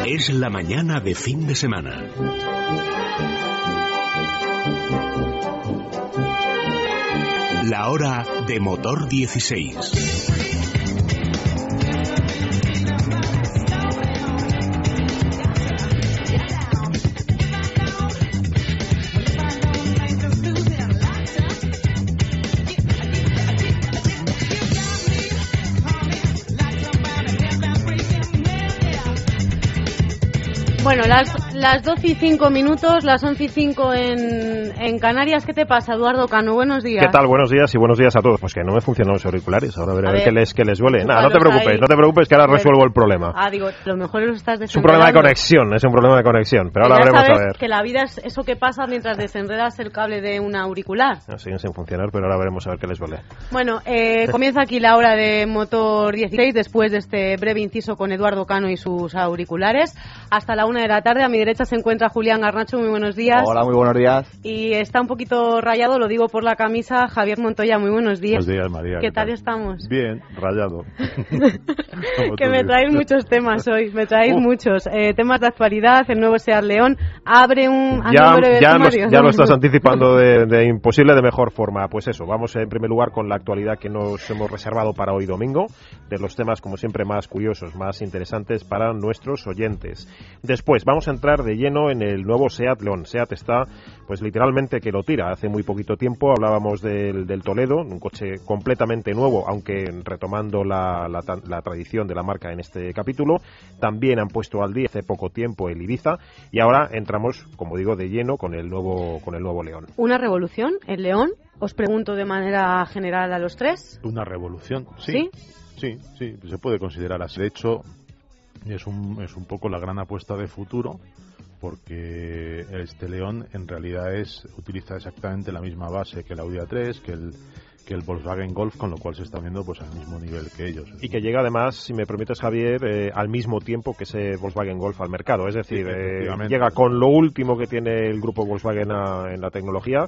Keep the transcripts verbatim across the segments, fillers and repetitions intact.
es la mañana de fin de semana. La hora de Motor dieciséis. Bueno, las, las doce y cinco minutos, las once y cinco en, en Canarias. ¿Qué te pasa, Eduardo Cano? Buenos días. ¿Qué tal? Buenos días y buenos días a todos. Pues que no me funcionan los auriculares. Ahora a ver, a a ver, ver qué les, qué les duele. Nada, no te Búscalos preocupes, ahí. no te preocupes que ahora A ver. resuelvo el problema. Ah, digo, lo mejor lo estás Es un problema de desenredando. conexión, es un problema de conexión. Pero Que ahora ya veremos sabes a ver. que la vida es eso que pasa mientras desenredas el cable de un auricular. No, siguen sin funcionar, pero ahora veremos a ver qué les duele. Bueno, eh, comienza aquí la hora de Motor dieciséis después de este breve inciso con Eduardo Cano y sus auriculares. Hasta la una de la tarde. A mi derecha se encuentra Julián Garnacho. Muy buenos días. Hola, muy buenos días. Y está un poquito rayado, lo digo por la camisa, Javier Montoya. Muy buenos días. Buenos días, María. ¿Qué tal estamos? Bien, rayado. Que me traéis muchos temas hoy, me traéis Uf. muchos. Eh, temas de actualidad, el nuevo SEAT León abre un Ya, número de ya, lo, sumarios. ya lo estás anticipando de, de imposible de mejor forma. Pues eso, vamos en primer lugar con la actualidad que nos hemos reservado para hoy domingo, de los temas como siempre más curiosos, más interesantes para nuestros oyentes. Después vamos a entrar de lleno en el nuevo SEAT León. SEAT está pues literalmente que lo tira. Hace muy poquito tiempo hablábamos del, del Toledo, un coche completamente nuevo, aunque retomando la, la, la tradición de la marca en este capítulo. También han puesto al día hace poco tiempo el Ibiza y ahora entramos, como digo, de lleno con el nuevo con el nuevo León. ¿Una revolución, el León? Os pregunto de manera general a los tres. Una revolución, sí. ¿Sí? Sí, sí, se puede considerar así. De hecho, es un, es un poco la gran apuesta de futuro, porque este León en realidad es utiliza exactamente la misma base que el Audi A tres, que el que el Volkswagen Golf, con lo cual se está viendo pues al mismo nivel que ellos. Y que llega además, si me permites, Javier, eh, al mismo tiempo que ese Volkswagen Golf al mercado. Es decir, Sí, eh, llega con lo último que tiene el grupo Volkswagen a, en la tecnología,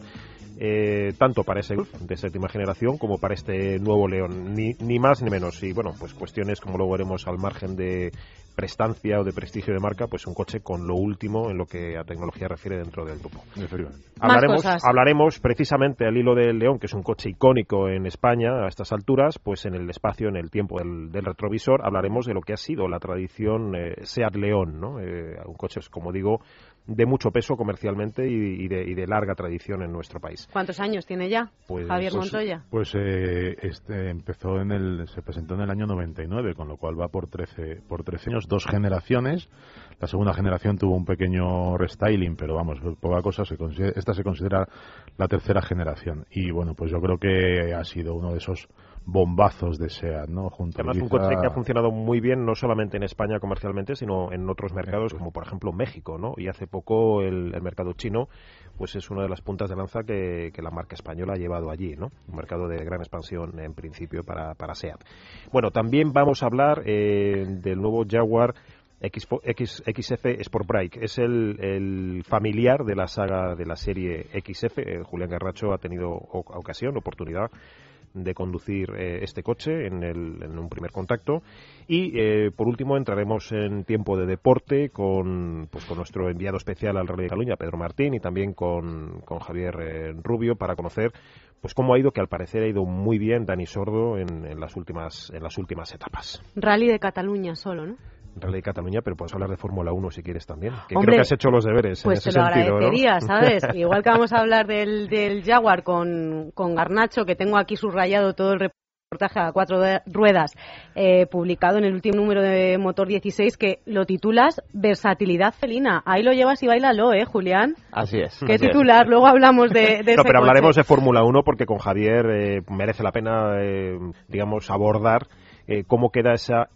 eh, tanto para ese Golf de séptima generación como para este nuevo León. Ni, ni más ni menos. Y bueno, pues cuestiones como luego veremos al margen de prestancia o de prestigio de marca, pues un coche con lo último en lo que a tecnología refiere dentro del grupo. Hablaremos, hablaremos precisamente al hilo del León, que es un coche icónico en España a estas alturas, pues en el espacio, en el tiempo del, del retrovisor, hablaremos de lo que ha sido la tradición eh, SEAT León, ¿no? Eh, un coche, como digo, de mucho peso comercialmente y, y, de, y de larga tradición en nuestro país. ¿Cuántos años tiene ya, pues, Javier pues, Montoya? Pues eh, este empezó en el, se presentó en el año noventa y nueve, con lo cual va por trece, por trece años, dos generaciones. La segunda generación tuvo un pequeño restyling, pero vamos, poca cosa. Se considera, esta se considera la tercera generación. Y bueno, pues yo creo que ha sido uno de esos bombazos de SEAT, ¿no? Junto Además, a un coche que ha funcionado muy bien, no solamente en España comercialmente, sino en otros mercados, como por ejemplo México, ¿no? Y hace poco el, el mercado chino, pues es una de las puntas de lanza que, que la marca española ha llevado allí, ¿no? Un mercado de gran expansión, en principio, para, para SEAT. Bueno, también vamos a hablar eh, del nuevo Jaguar X, X, X F Sport Brake. Es el, el familiar de la saga de la serie X F. Eh, Julián Garnacho ha tenido o, ocasión, oportunidad de conducir eh, este coche en, el, en un primer contacto. Y eh, por último entraremos en tiempo de deporte con, pues, con nuestro enviado especial al Rally de Cataluña, Pedro Martín, y también con, con Javier eh, Rubio, para conocer pues cómo ha ido, que al parecer ha ido muy bien Dani Sordo en, en las últimas en las últimas etapas. Rally de Cataluña solo, ¿no? Rally de Cataluña, pero puedes hablar de Fórmula uno si quieres también. Que Hombre, creo que has hecho los deberes pues en ese te lo sentido, agradecería, ¿no? ¿sabes? Igual que vamos a hablar del, del Jaguar con, con Garnacho, que tengo aquí subrayado todo el reportaje a cuatro ruedas eh, publicado en el último número de Motor dieciséis, que lo titulas Versatilidad felina. Ahí lo llevas y bailalo, ¿eh, Julián? Así es. ¿Qué así titular? Es. Luego hablamos de, de No, ese pero coche. hablaremos de Fórmula uno porque con Javier eh, merece la pena, eh, digamos, abordar eh, cómo queda esa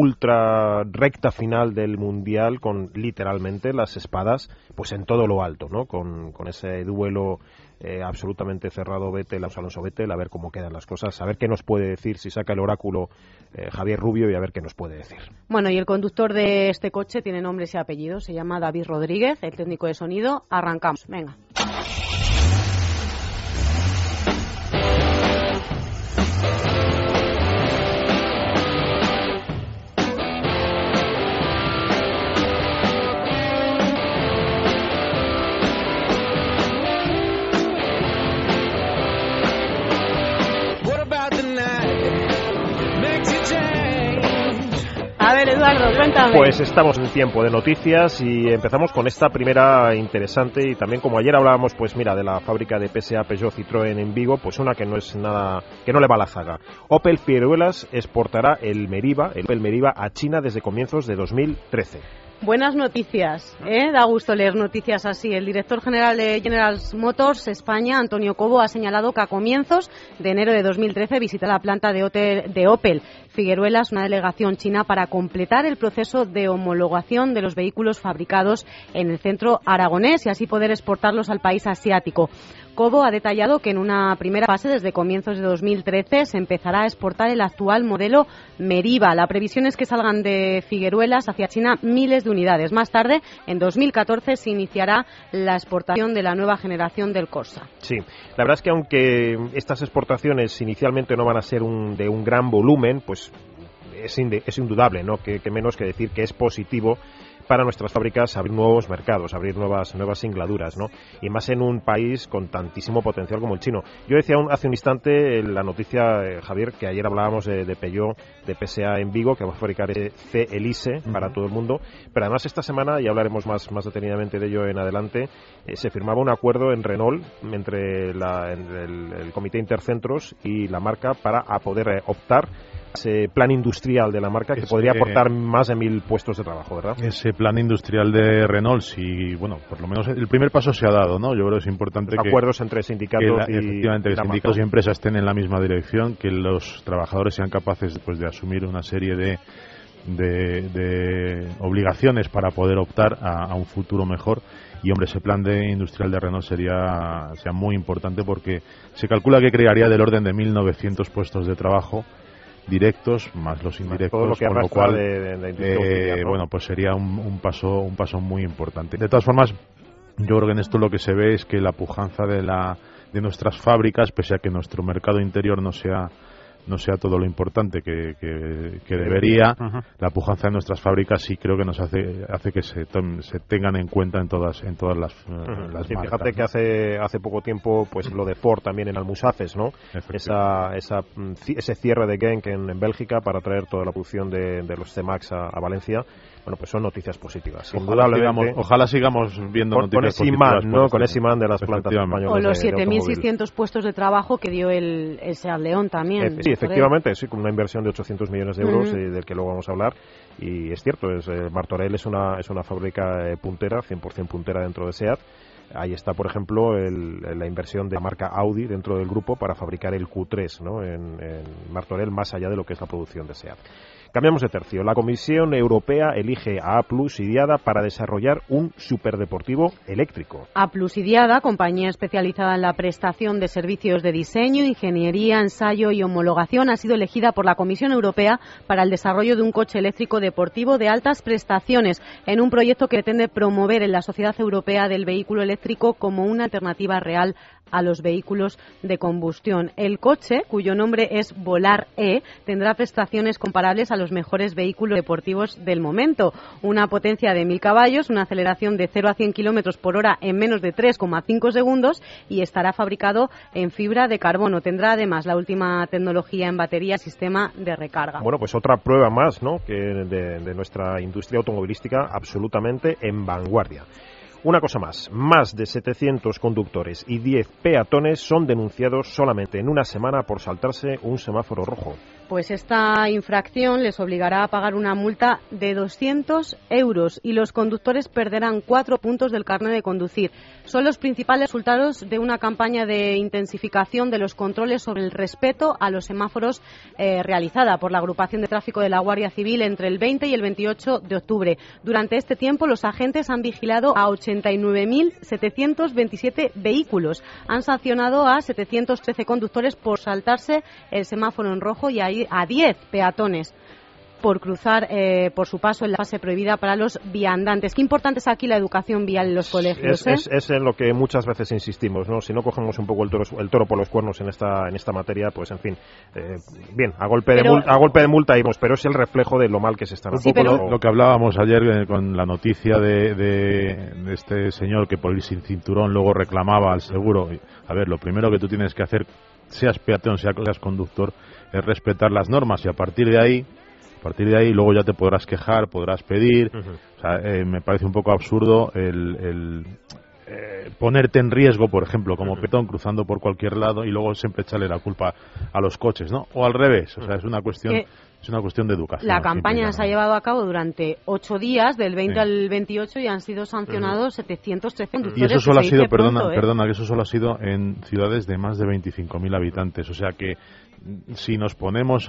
ultra recta final del Mundial con literalmente las espadas pues en todo lo alto, ¿no? Con, con ese duelo eh, absolutamente cerrado Vettel, Alonso Vettel, a ver cómo quedan las cosas, a ver qué nos puede decir si saca el oráculo eh, Javier Rubio y a ver qué nos puede decir. Bueno, y el conductor de este coche tiene nombres y apellidos, se llama David Rodríguez, el técnico de sonido. Arrancamos, venga. A ver, Eduardo, cuéntame. Pues estamos en tiempo de noticias y empezamos con esta primera interesante y también como ayer hablábamos, pues mira, de la fábrica de P S A Peugeot Citroën en Vigo, pues una que no es nada, que no le va a la zaga. Opel Figueruelas exportará el Meriva, el Opel Meriva a China desde comienzos de dos mil trece. Buenas noticias, ¿eh? Da gusto leer noticias así. El director general de General Motors España, Antonio Cobo, ha señalado que a comienzos de enero de dos mil trece visitará la planta de, hotel, de Opel Figueruelas, una delegación china, para completar el proceso de homologación de los vehículos fabricados en el centro aragonés y así poder exportarlos al país asiático. Cobo ha detallado que en una primera fase, desde comienzos de dos mil trece, se empezará a exportar el actual modelo Meriva. La previsión es que salgan de Figueruelas hacia China miles de unidades. Más tarde, en dos mil catorce, se iniciará la exportación de la nueva generación del Corsa. Sí, la verdad es que aunque estas exportaciones inicialmente no van a ser un, de un gran volumen, pues es, inde, es indudable, ¿no? Que, que menos que decir que es positivo para nuestras fábricas abrir nuevos mercados, abrir nuevas nuevas singladuras, ¿no? Y más en un país con tantísimo potencial como el chino. Yo decía un, hace un instante la noticia, eh, Javier, que ayer hablábamos de, de Peugeot, de P S A en Vigo, que va a fabricar ese C Elise para uh-huh. todo el mundo. Pero además esta semana, y hablaremos más, más detenidamente de ello en adelante, eh, se firmaba un acuerdo en Renault entre la, en el, el Comité Intercentros y la marca para a poder eh, optar ese plan industrial de la marca que ese, podría aportar más de mil puestos de trabajo, ¿verdad? Ese plan industrial de Renault, sí, bueno, por lo menos el primer paso se ha dado, ¿no? Yo creo que es importante que acuerdos entre sindicatos que la, y efectivamente que sindicatos y empresas estén en la misma dirección, que los trabajadores sean capaces pues, de asumir una serie de de, de obligaciones para poder optar a, a un futuro mejor. Y hombre, ese plan de industrial de Renault sería, sería muy importante porque se calcula que crearía del orden de mil novecientos puestos de trabajo directos más los indirectos, todo lo que con lo cual de, de, de eh, ¿no? bueno, pues sería un, un paso un paso muy importante. De todas formas, yo creo que en esto lo que se ve es que la pujanza de la de nuestras fábricas, pese a que nuestro mercado interior no sea no sea todo lo importante que, que, que debería, uh-huh. la pujanza de nuestras fábricas sí creo que nos hace hace que se, se tengan en cuenta en todas en todas las, uh-huh. las sí, marcas. Fíjate, ¿no? Que hace hace poco tiempo pues lo de Ford también en Almusaces, ¿no? Esa, esa ese cierre de Genk en, en Bélgica para traer toda la producción de, de los C-Max a, a Valencia. Bueno, pues son noticias positivas. Ojalá sigamos, ojalá sigamos viendo con, noticias con positivas. Con ¿no? Con ese imán de las plantas españolas. O los siete mil seiscientos puestos de trabajo que dio el, el Seat León también. Eh, sí, efectivamente, sí, con una inversión de ochocientos millones de euros, uh-huh. eh, del que luego vamos a hablar. Y es cierto, es, eh, Martorell es una, es una fábrica eh, puntera, cien por ciento puntera dentro de Seat. Ahí está, por ejemplo, el, la inversión de la marca Audi dentro del grupo para fabricar el Q tres, ¿no? en, en Martorell, más allá de lo que es la producción de Seat. Cambiamos de tercio. La Comisión Europea elige a A Plus y Diada para desarrollar un superdeportivo eléctrico. A Plus y Diada, compañía especializada en la prestación de servicios de diseño, ingeniería, ensayo y homologación, ha sido elegida por la Comisión Europea para el desarrollo de un coche eléctrico deportivo de altas prestaciones, en un proyecto que pretende promover en la sociedad europea del vehículo eléctrico como una alternativa real a los vehículos de combustión. El coche, cuyo nombre es Volar E, tendrá prestaciones comparables a los mejores vehículos deportivos del momento. Una potencia de mil caballos, una aceleración de cero a cien kilómetros por hora en menos de tres coma cinco segundos y estará fabricado en fibra de carbono. Tendrá además la última tecnología en batería, sistema de recarga. Bueno, pues otra prueba más, ¿no?, que de, de nuestra industria automovilística absolutamente en vanguardia. Una cosa más, más de setecientos conductores y diez peatones son denunciados solamente en una semana por saltarse un semáforo rojo. Pues esta infracción les obligará a pagar una multa de doscientos euros y los conductores perderán cuatro puntos del carnet de conducir. Son los principales resultados de una campaña de intensificación de los controles sobre el respeto a los semáforos eh, realizada por la Agrupación de Tráfico de la Guardia Civil entre el veinte y el veintiocho de octubre. Durante este tiempo, los agentes han vigilado a ochenta y nueve mil setecientos veintisiete vehículos. Han sancionado a setecientos trece conductores por saltarse el semáforo en rojo y a ir a diez peatones por cruzar eh, por su paso en la fase prohibida para los viandantes. Qué importante es aquí la educación vial en los colegios. Es, ¿eh? es, es en lo que muchas veces insistimos, ¿no? Si no cogemos un poco el toro, el toro por los cuernos en esta en esta materia, pues en fin, eh, bien, a golpe pero, de multa, a golpe de multa íbamos, pero es el reflejo de lo mal que se está haciendo. Sí, un poco lo, lo que hablábamos ayer eh, con la noticia de, de, de este señor que por ir sin cinturón luego reclamaba al seguro. A ver, lo primero que tú tienes que hacer, seas peatón, seas conductor, es respetar las normas y a partir de ahí A partir de ahí luego ya te podrás quejar, podrás pedir. Uh-huh. O sea, eh, me parece un poco absurdo el, el eh, ponerte en riesgo, por ejemplo, como uh-huh. peatón cruzando por cualquier lado y luego siempre echarle la culpa a los coches, ¿no? O al revés, o sea, es una cuestión... ¿Qué? Es una cuestión de educación. La campaña se ha llevado a cabo durante ocho días, del veinte sí. al veintiocho, y han sido sancionados uh-huh. setecientos trece conductores. Y eso solo ha sido, perdona, pronto, ¿eh? perdona, que eso solo ha sido en ciudades de más de veinticinco mil habitantes. O sea que si nos ponemos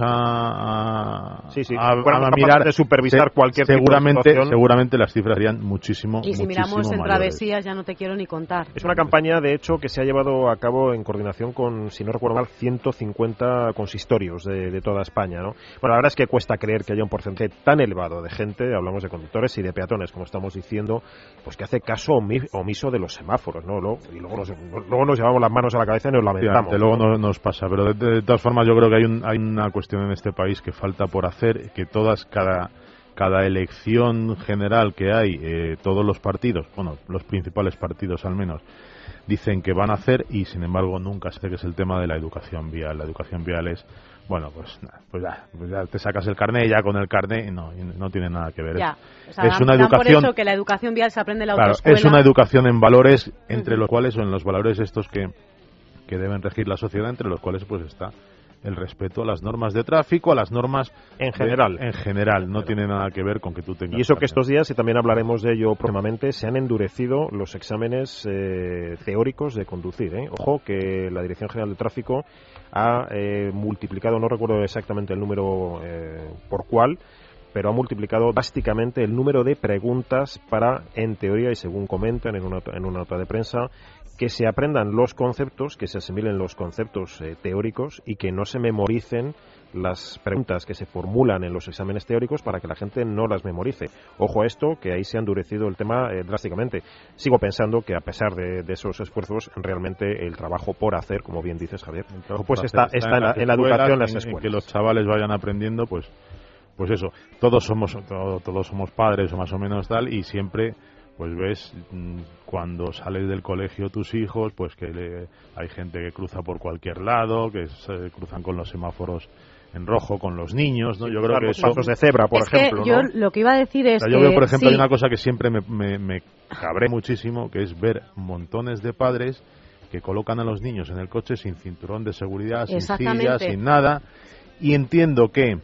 a, a, sí, sí. a, a, a mirar de supervisar se, cualquier seguramente, tipo de situación, seguramente las cifras serían muchísimo, y si muchísimo miramos en mayores. travesías ya no te quiero ni contar. Es una campaña, de hecho, que se ha llevado a cabo en coordinación con, si no recuerdo mal, ciento cincuenta consistorios de, de toda España, ¿no? Bueno, la verdad es que cuesta creer que haya un porcentaje tan elevado de gente, hablamos de conductores y de peatones, como estamos diciendo, pues que hace caso omiso de los semáforos, ¿no? Luego, y luego nos, luego nos llevamos las manos a la cabeza y nos lamentamos. Sí, luego no, nos pasa, pero de, de, de todas formas yo creo que hay, un, hay una cuestión en este país que falta por hacer, que todas, cada, cada elección general que hay, eh, todos los partidos, bueno, los principales partidos al menos, dicen que van a hacer y sin embargo nunca se hace, que es el tema de la educación vial. La educación vial es, bueno, pues, pues, ya, pues ya te sacas el carné y ya con el carné no, no tiene nada que ver. Ya, es, o sea, es una dan educación, por eso que la educación vial se aprende en la claro, autoescuela. es una educación en valores, entre uh-huh. los cuales, o en los valores estos que, que deben regir la sociedad, entre los cuales pues está el respeto a las normas de tráfico, a las normas en general. De, en general, no tiene nada que ver con que tú tengas... Y eso que estos días, y también hablaremos de ello próximamente, se han endurecido los exámenes eh, teóricos de conducir, ¿eh? Ojo, que la Dirección General de Tráfico ha eh, multiplicado, no recuerdo exactamente el número eh, por cuál, pero ha multiplicado drásticamente el número de preguntas para, en teoría, y según comentan en una, en una nota de prensa, que se aprendan los conceptos, que se asimilen los conceptos eh, teóricos y que no se memoricen las preguntas que se formulan en los exámenes teóricos para que la gente no las memorice. Ojo a esto, que ahí se ha endurecido el tema eh, drásticamente. Sigo pensando que a pesar de, de esos esfuerzos, realmente el trabajo por hacer, como bien dices, Javier, pues está, está, está en, la, en la educación en las escuelas. En que los chavales vayan aprendiendo, pues pues eso, todos somos todo, todos somos padres o más o menos tal, y siempre pues ves cuando sales del colegio tus hijos, pues que le, hay gente que cruza por cualquier lado, que se cruzan con los semáforos en rojo con los niños, ¿no? Yo creo que los eso, pasos de cebra, por es ejemplo, que yo ¿no? Lo que iba a decir es o sea, yo que, veo, por ejemplo, sí. hay una cosa que siempre me, me, me cabré muchísimo, que es ver montones de padres que colocan a los niños en el coche sin cinturón de seguridad, sin silla, sin nada, y entiendo que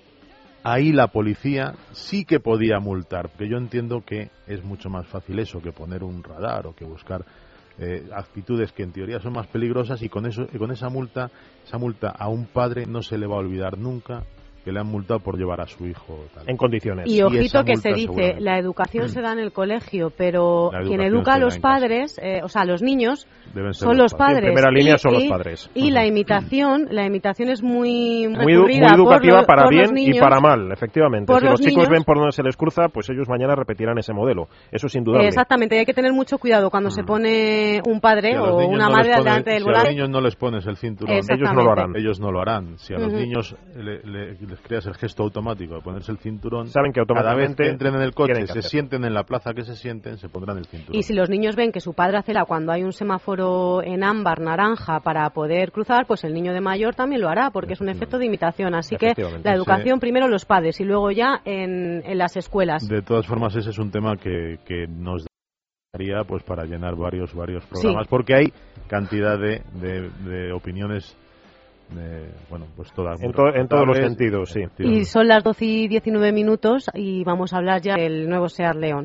ahí la policía sí que podía multar, porque yo entiendo que es mucho más fácil eso que poner un radar o que buscar eh, actitudes que en teoría son más peligrosas, y con eso, y con esa multa, esa multa a un padre no se le va a olvidar nunca que le han multado por llevar a su hijo tal. En condiciones. Y ojito y que se dice, la educación se da en el colegio, pero quien educa a los padres, eh, o sea, los niños, son los padres. En primera línea y, son y, los padres. Y uh-huh. la imitación, la imitación es muy muy, muy educativa por para por bien niños, y para mal, efectivamente. Si los, los chicos niños, ven por donde se les cruza, pues ellos mañana repetirán ese modelo. Eso es indudable. Exactamente, hay que tener mucho cuidado cuando uh-huh. se pone un padre si o una no madre pones, delante del si volante. Si a los niños no les pones el cinturón, ellos no lo harán. Ellos no lo harán. Si a uh-huh. los niños le, le, les creas el gesto automático de ponerse el cinturón, saben que automáticamente cada vez que entren en el coche, se hacer. sienten en la plaza que se sienten, se pondrán el cinturón. Y si los niños ven que su padre acelera cuando hay un semáforo en ámbar, naranja, para poder cruzar, pues el niño de mayor también lo hará, porque es un efecto de imitación. Así que la educación sí. primero los padres y luego ya en, en las escuelas. De todas formas, ese es un tema que, que nos daría pues para llenar varios varios programas, sí. porque hay cantidad de, de, de opiniones. De, bueno, pues todas en, to, en todos los sentidos, sí. Y son las doce y diecinueve minutos y vamos a hablar ya del nuevo SEAT León.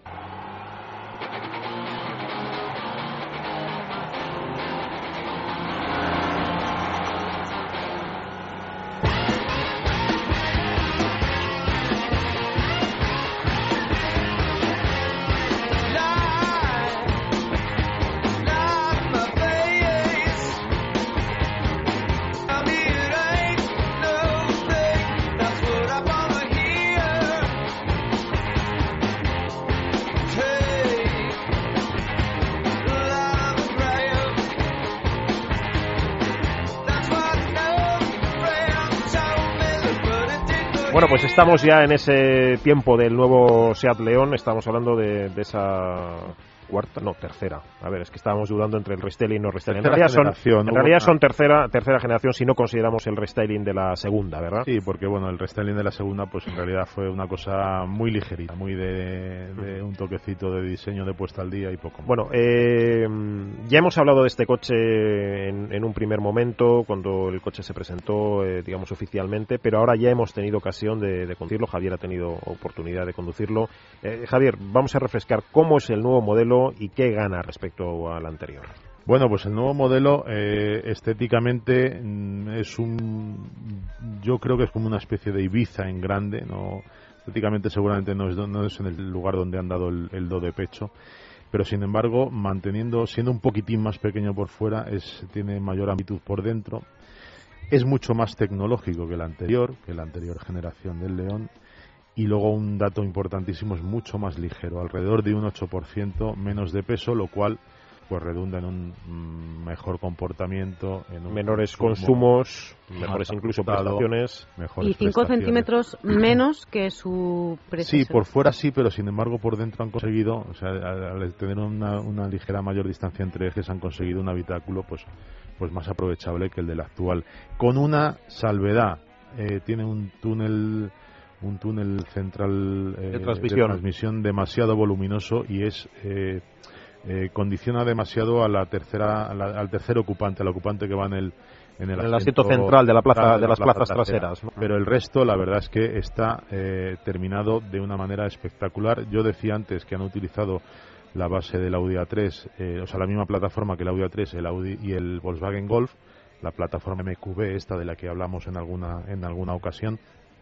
Bueno, pues estamos ya en ese tiempo del nuevo SEAT León. Estamos hablando de, de esa cuarta, no, tercera. A ver, es que estábamos dudando entre el restyling y no restyling. En Tercera realidad, son, en ¿no? realidad son Ah. tercera, tercera generación si no consideramos el restyling de la segunda, ¿verdad? Sí, porque bueno, el restyling de la segunda pues en realidad fue una cosa muy ligerita, muy de, de un toquecito de diseño de puesta al día y poco más. Bueno, eh, ya hemos hablado de este coche en, en un primer momento, cuando el coche se presentó, eh, digamos, oficialmente, pero ahora ya hemos tenido ocasión de, de conducirlo. Javier ha tenido oportunidad de conducirlo. Eh, Javier, vamos a refrescar cómo es el nuevo modelo y qué gana respecto al anterior. Bueno, pues el nuevo modelo eh, estéticamente mm, es un, yo creo que es como una especie de Ibiza en grande, no, estéticamente seguramente no es, no es en el lugar donde han dado el, el do de pecho, pero sin embargo manteniendo, siendo un poquitín más pequeño por fuera, es, tiene mayor amplitud por dentro, es mucho más tecnológico que el anterior, que la anterior generación del León. Y luego un dato importantísimo, es mucho más ligero, alrededor de un ocho por ciento menos de peso, lo cual pues redunda en un mm, mejor comportamiento, en un menores consumo, consumos, mejores incluso ajustado, prestaciones. mejores Y cinco prestaciones. centímetros menos que su predecesor. Sí, por fuera sí, pero sin embargo por dentro han conseguido, o sea, al, al tener una, una ligera mayor distancia entre ejes, han conseguido un habitáculo pues, pues más aprovechable que el del actual. Con una salvedad, eh, tiene un túnel... un túnel central eh, de, transmisión. de transmisión demasiado voluminoso y es eh, eh, condiciona demasiado a la tercera a la, al tercer ocupante, al ocupante que va en el en el, en el asiento central de la plaza de, de las plaza plazas trasera. traseras, ¿no? Pero el resto, la verdad es que está eh, terminado de una manera espectacular. Yo decía antes que han utilizado la base del Audi A tres, eh, o sea, la misma plataforma que el Audi A tres, el Audi y el Volkswagen Golf, la plataforma M Q B, esta de la que hablamos en alguna en alguna ocasión.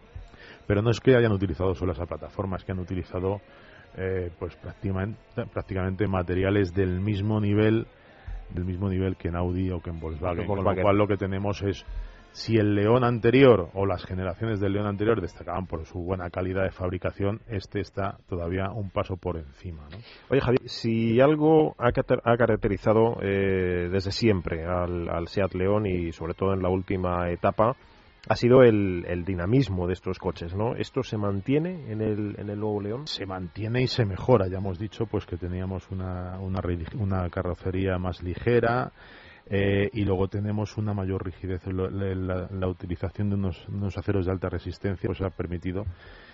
Pero no es que hayan utilizado solo esa plataforma, es que han utilizado eh, pues prácticamente, prácticamente materiales del mismo nivel del mismo nivel que en Audi o que en Volkswagen, con lo cual lo que tenemos es, si el León anterior o las generaciones del León anterior destacaban por su buena calidad de fabricación, este está todavía un paso por encima, ¿no? Oye, Javier, si algo ha, ha caracterizado eh, desde siempre al, al Seat León y sobre todo en la última etapa, ha sido el, el dinamismo de estos coches, ¿no? ¿Esto se mantiene en el, en el nuevo León? Se mantiene y se mejora. Ya hemos dicho pues que teníamos una, una, una carrocería más ligera, eh, y luego tenemos una mayor rigidez. La, la, la utilización de unos, unos aceros de alta resistencia pues ha permitido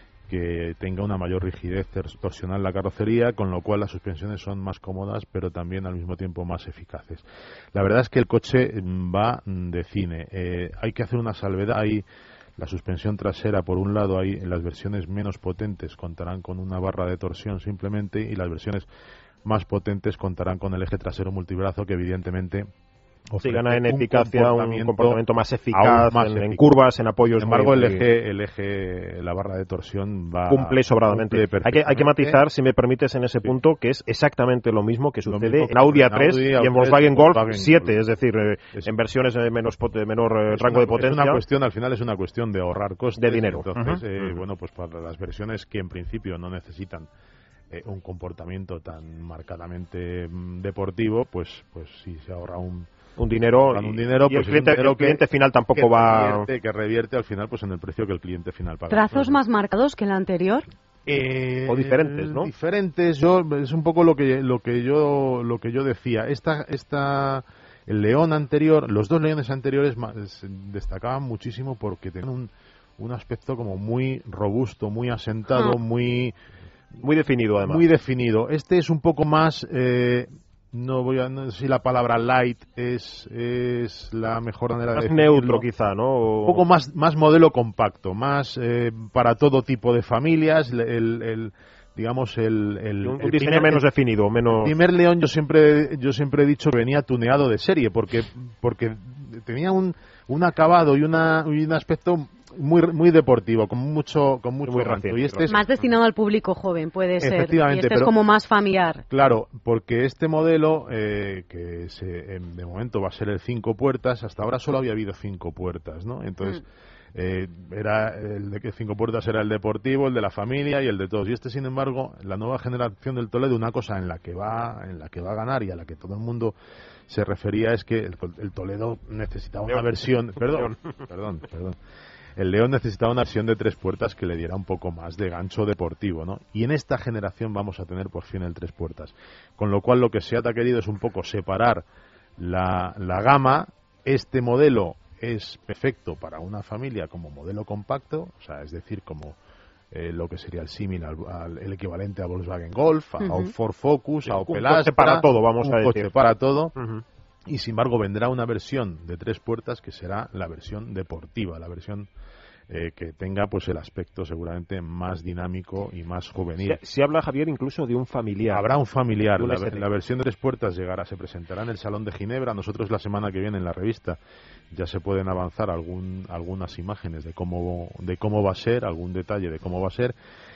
que tenga una mayor rigidez torsional la carrocería, con lo cual las suspensiones son más cómodas, pero también al mismo tiempo más eficaces. La verdad es que el coche va de cine. Eh, hay que hacer una salvedad. Hay la suspensión trasera, por un lado, hay en las versiones menos potentes contarán con una barra de torsión simplemente, y las versiones más potentes contarán con el eje trasero multibrazo, que evidentemente sí, gana en eficacia, un comportamiento más eficaz, más en, eficaz. en curvas, en apoyos. Sin embargo, muy, el eje, el eje, la barra de torsión va cumple sobradamente. Cumple hay, que, hay que matizar, si me permites, en ese sí. punto, que es exactamente lo mismo que sucede mismo que en Audi A tres Audi, y en Volkswagen Golf siete, es decir, es en versiones de menos pot- menor es rango una, de potencia. Es una cuestión, al final es una cuestión de ahorrar costes. De dinero. Entonces, uh-huh. eh, uh-huh. bueno, pues para las versiones que en principio no necesitan eh, un comportamiento tan marcadamente mm, deportivo, pues, pues sí se ahorra un un dinero, un dinero y pues el cliente, un dinero el cliente que, final tampoco que va revierte, que revierte al final pues en el precio que el cliente final paga. ¿Trazos pues, más marcados que el anterior? Eh, o diferentes, ¿no? Diferentes. Yo es un poco lo que lo que yo lo que yo decía. Esta esta el León anterior, los dos Leones anteriores destacaban muchísimo porque tenían un un aspecto como muy robusto, muy asentado, ah. muy muy definido además. Muy definido. Este es un poco más eh, no voy a no sé si la palabra light es es la mejor manera más de definirlo. Neutro quizá, ¿no? O... Un poco más más modelo compacto, más eh, para todo tipo de familias, el, el, el digamos el el, un, un el diseño primer, menos definido, menos. El primer León yo siempre yo siempre he dicho que venía tuneado de serie porque porque tenía un un acabado y una y un aspecto muy muy deportivo, con mucho con mucho muy rancio. Reciente, y este es más destinado al público joven, puede ser. Efectivamente, y este pero, es como más familiar. Claro, porque este modelo eh, que se, de momento va a ser el cinco puertas, hasta ahora solo había habido cinco puertas, ¿no? Entonces mm. eh, era el de que cinco puertas era el deportivo, el de la familia y el de todos. Y este, sin embargo, la nueva generación del Toledo, una cosa en la que va en la que va a ganar y a la que todo el mundo se refería es que el, el Toledo necesitaba una versión, perdón, perdón, perdón. el León necesitaba una versión de tres puertas que le diera un poco más de gancho deportivo, ¿no? Y en esta generación vamos a tener por fin el tres puertas. Con lo cual lo que SEAT ha querido es un poco separar la, la gama. Este modelo es perfecto para una familia como modelo compacto, o sea, es decir, como eh, lo que sería el símil al, al el equivalente a Volkswagen Golf, a, uh-huh. a Ford Focus, sí, a Opel Astra, para todo, vamos un a coche decir. para todo. Uh-huh. Y sin embargo vendrá una versión de tres puertas que será la versión deportiva, la versión eh, que tenga pues el aspecto seguramente más dinámico y más juvenil. Se, se habla, Javier, incluso de un familiar. Habrá un familiar. Un la, la versión de tres puertas llegará, se presentará en el Salón de Ginebra. Nosotros la semana que viene en la revista ya se pueden avanzar algún, algunas imágenes de cómo, de cómo va a ser, algún detalle de cómo va a ser.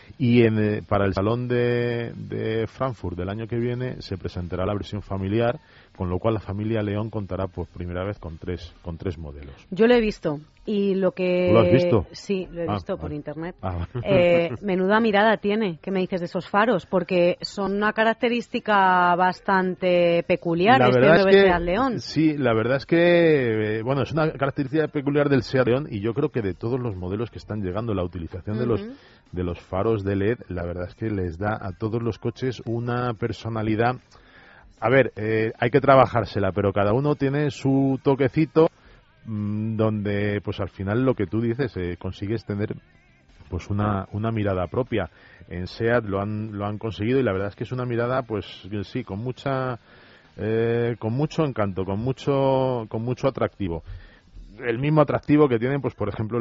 Y en, eh, para el Salón de, de Frankfurt del año que viene se presentará la versión familiar, con lo cual la familia León contará por primera vez con tres con tres modelos. Yo lo he visto y lo que... ¿Lo has visto? Sí, lo he ah, visto ah, por internet. Ah. Eh, menuda mirada tiene, ¿qué me dices de esos faros? Porque son una característica bastante peculiar la este verdad es que, Seat León. Sí, la verdad es que, eh, bueno, es una característica peculiar del Seat León y yo creo que de todos los modelos que están llegando, la utilización uh-huh. de los de los faros de L E D, la verdad es que les da a todos los coches una personalidad. A ver, eh, hay que trabajársela, pero cada uno tiene su toquecito mmm, donde, pues al final lo que tú dices, eh, consigues tener pues una, una mirada propia. En SEAT lo han lo han conseguido y la verdad es que es una mirada, pues sí, con mucha eh, con mucho encanto, con mucho con mucho atractivo. El mismo atractivo que tienen, pues por ejemplo,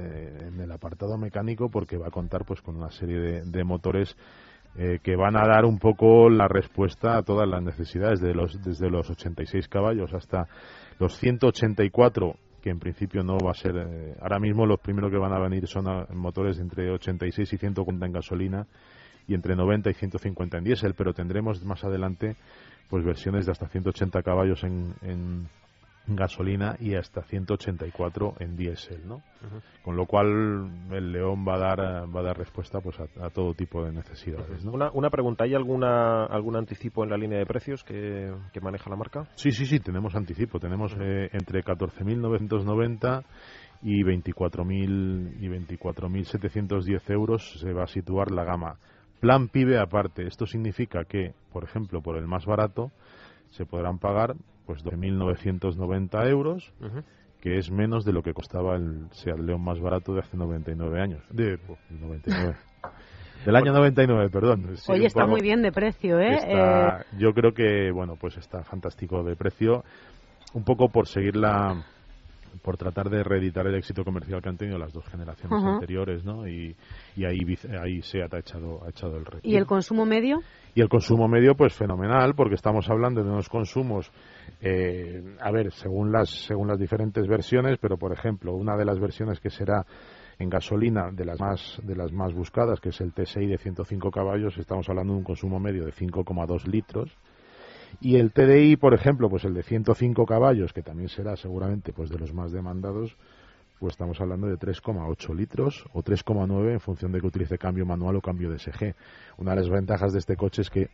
en el apartado mecánico, porque va a contar pues con una serie de, de motores eh, que van a dar un poco la respuesta a todas las necesidades, de los, desde los ochenta y seis caballos hasta los ciento ochenta y cuatro, que en principio no va a ser... Eh, ahora mismo los primeros que van a venir son a, motores entre ochenta y seis y ciento cuarenta en gasolina y entre noventa y ciento cincuenta en diésel, pero tendremos más adelante pues versiones de hasta ciento ochenta caballos en... en gasolina y hasta ciento ochenta y cuatro en diésel, ¿no? Uh-huh. Con lo cual el León va a dar va a dar respuesta pues a, a todo tipo de necesidades, ¿no? Una, una pregunta, ¿hay alguna algún anticipo en la línea de precios que, que maneja la marca? Sí, sí, sí, tenemos anticipo, tenemos eh, entre catorce mil novecientos noventa y veinticuatro mil y veinticuatro mil setecientos diez euros se va a situar la gama. Plan PIBE aparte, esto significa que, por ejemplo, por el más barato se podrán pagar pues doce mil novecientos noventa euros, uh-huh. que es menos de lo que costaba el Seat León más barato de hace noventa y nueve años. De oh, noventa y nueve. Del año noventa y nueve, perdón. Sí, Oye, está poco, muy bien de precio, ¿eh? Está, eh... Yo creo que, bueno, pues está fantástico de precio, un poco por seguir la... por tratar de reeditar el éxito comercial que han tenido las dos generaciones uh-huh. anteriores, ¿no? Y, y ahí, ahí SEAT ha echado, ha echado el reto. ¿Y el consumo medio? Y el consumo medio, pues fenomenal, porque estamos hablando de unos consumos, eh, a ver, según las según las diferentes versiones, pero por ejemplo, una de las versiones que será en gasolina de las más de las más buscadas, que es el T S I de ciento cinco caballos, estamos hablando de un consumo medio de cinco coma dos litros. Y el T D I, por ejemplo, pues el de ciento cinco caballos, que también será seguramente pues de los más demandados, pues estamos hablando de tres coma ocho litros o tres coma nueve en función de que utilice cambio manual o cambio de S G. Una de las ventajas de este coche es que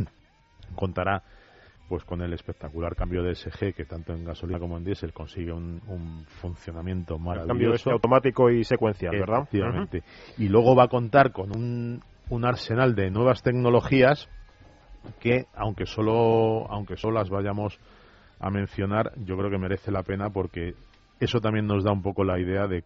contará pues con el espectacular cambio de S G que tanto en gasolina como en diésel consigue un, un funcionamiento maravilloso. El cambio automático y secuencial, ¿verdad? Efectivamente. Uh-huh. Y luego va a contar con un, un arsenal de nuevas tecnologías que, aunque solo aunque solo las vayamos a mencionar, yo creo que merece la pena porque eso también nos da un poco la idea de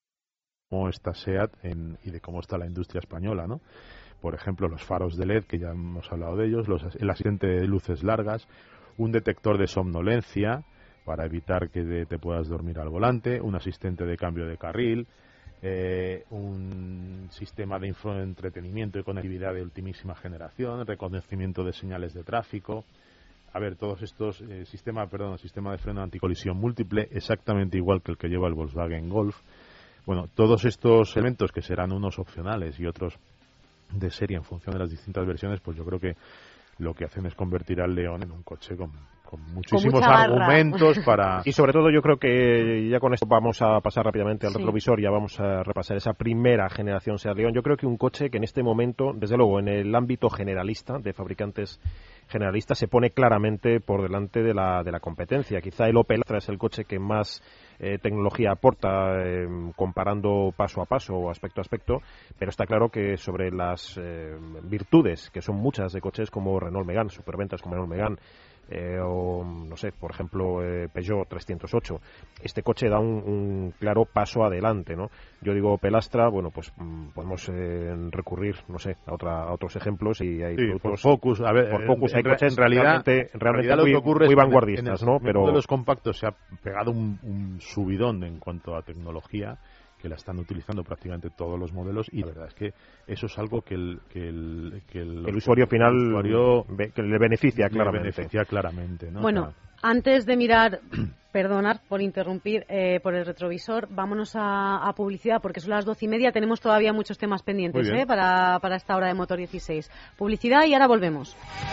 cómo está SEAT en, y de cómo está la industria española, ¿no? Por ejemplo, los faros de L E D, que ya hemos hablado de ellos, los, el asistente de luces largas, un detector de somnolencia para evitar que de, te puedas dormir al volante, un asistente de cambio de carril, eh, un sistema de entretenimiento y conectividad de ultimísima generación, reconocimiento de señales de tráfico. A ver, todos estos, eh, sistema, perdón, sistema de freno anticolisión múltiple, exactamente igual que el que lleva el Volkswagen Golf. Bueno, todos estos elementos que serán unos opcionales y otros de serie en función de las distintas versiones, pues yo creo que lo que hacen es convertir al León en un coche con, con muchísimos con argumentos para... Y sobre todo yo creo que ya con esto vamos a pasar rápidamente al sí. retrovisor, ya vamos a repasar esa primera generación Seat León. Yo creo que un coche que en este momento, desde luego en el ámbito generalista, de fabricantes generalistas, se pone claramente por delante de la, de la competencia. Quizá el Opel Astra es el coche que más eh, tecnología aporta eh, comparando paso a paso o aspecto a aspecto, pero está claro que sobre las eh, virtudes, que son muchas de coches como Renault Megane, superventas como Renault Megane, Eh, o, no sé, por ejemplo, eh, Peugeot trescientos ocho. Este coche da un, un claro paso adelante, ¿no? Yo digo Opel Astra, bueno, pues mmm, podemos eh, recurrir, no sé, a, otra, a otros ejemplos y hay sí, productos... por Focus, a ver, por Focus en, hay coches en realidad, realmente, realmente en realidad muy, lo que ocurre muy es que vanguardistas, en el, ¿no? Pero... Pero de los compactos se ha pegado un, un subidón en cuanto a tecnología, que la están utilizando prácticamente todos los modelos, y la verdad es que eso es algo que el, que el, que el, el usuario final el usuario que le beneficia le claramente. beneficia claramente, ¿no? Bueno, o sea, antes de mirar, perdonad por interrumpir, eh, por el retrovisor, vámonos a, a publicidad, porque son las doce y media, tenemos todavía muchos temas pendientes eh, para, para esta hora de Motor dieciséis. Publicidad y ahora volvemos.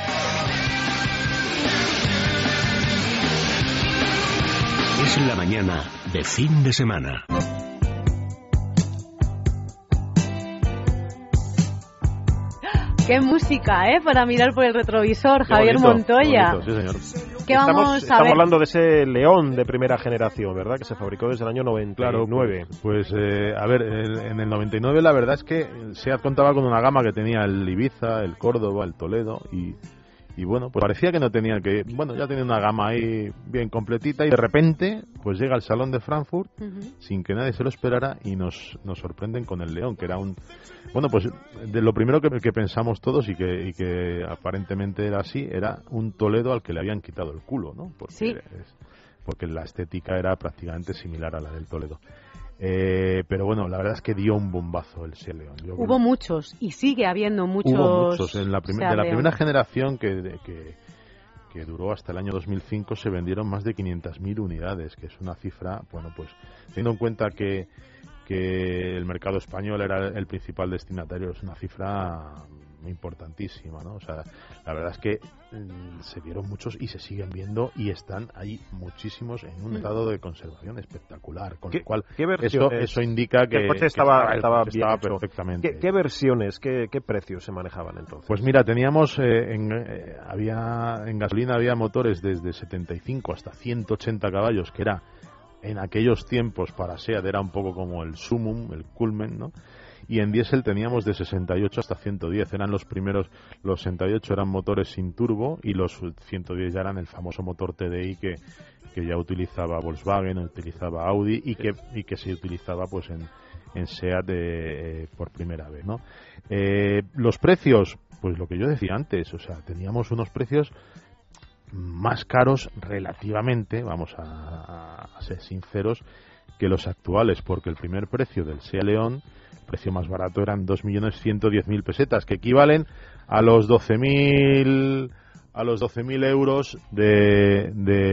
Es la mañana de fin de semana. Qué música, ¿eh? Para mirar por el retrovisor, qué Javier bonito, Montoya. Qué bonito, sí, señor. ¿Qué estamos, vamos a estamos ver? hablando de ese León de primera generación, ¿verdad? Que se fabricó desde el año noventa y nueve. Claro, pues, pues eh, a ver, en el noventa y nueve la verdad es que SEAT contaba con una gama que tenía el Ibiza, el Córdoba, el Toledo y... Y bueno, pues parecía que no tenían que... Bueno, ya tenía una gama ahí bien completita y de repente pues llega al Salón de Frankfurt uh-huh. sin que nadie se lo esperara y nos, nos sorprenden con el León, que era un... Bueno, pues de lo primero que, que pensamos todos y que, y que aparentemente era así, era un Toledo al que le habían quitado el culo, ¿no? Porque, sí. es, porque la estética era prácticamente similar a la del Toledo. Eh, pero bueno, la verdad es que dio un bombazo el Seat León. Yo Hubo creo, muchos y sigue habiendo muchos. Hubo muchos. En la prim- de la León. primera generación que, de, que, que duró hasta el año dos mil cinco se vendieron más de quinientas mil unidades, que es una cifra, bueno, pues teniendo en cuenta que, que el mercado español era el principal destinatario, es una cifra importantísima, ¿no? O sea, la verdad es que mmm, se vieron muchos y se siguen viendo y están ahí muchísimos en un estado de conservación espectacular, con ¿Qué, lo cual qué eso, eso indica que el coche estaba, que estaba, estaba, bien estaba hecho. perfectamente. ¿Qué, qué versiones, qué, qué precios se manejaban entonces? Pues mira, teníamos eh, en, eh, había en gasolina había motores desde setenta y cinco hasta ciento ochenta caballos, que era en aquellos tiempos para SEAT era un poco como el sumum, el culmen, ¿no? Y en diésel teníamos de sesenta y ocho hasta ciento diez. Eran los primeros, los sesenta y ocho eran motores sin turbo y los ciento diez ya eran el famoso motor T D I que, que ya utilizaba Volkswagen, utilizaba Audi y que, y que se utilizaba pues en, en SEAT de, eh, por primera vez, ¿no? Eh, los precios, pues lo que yo decía antes, o sea, teníamos unos precios más caros relativamente, vamos a, a ser sinceros, que los actuales, porque el primer precio del Seat León, el precio más barato eran dos millones ciento diez mil pesetas, que equivalen a los doce mil a los doce mil euros de,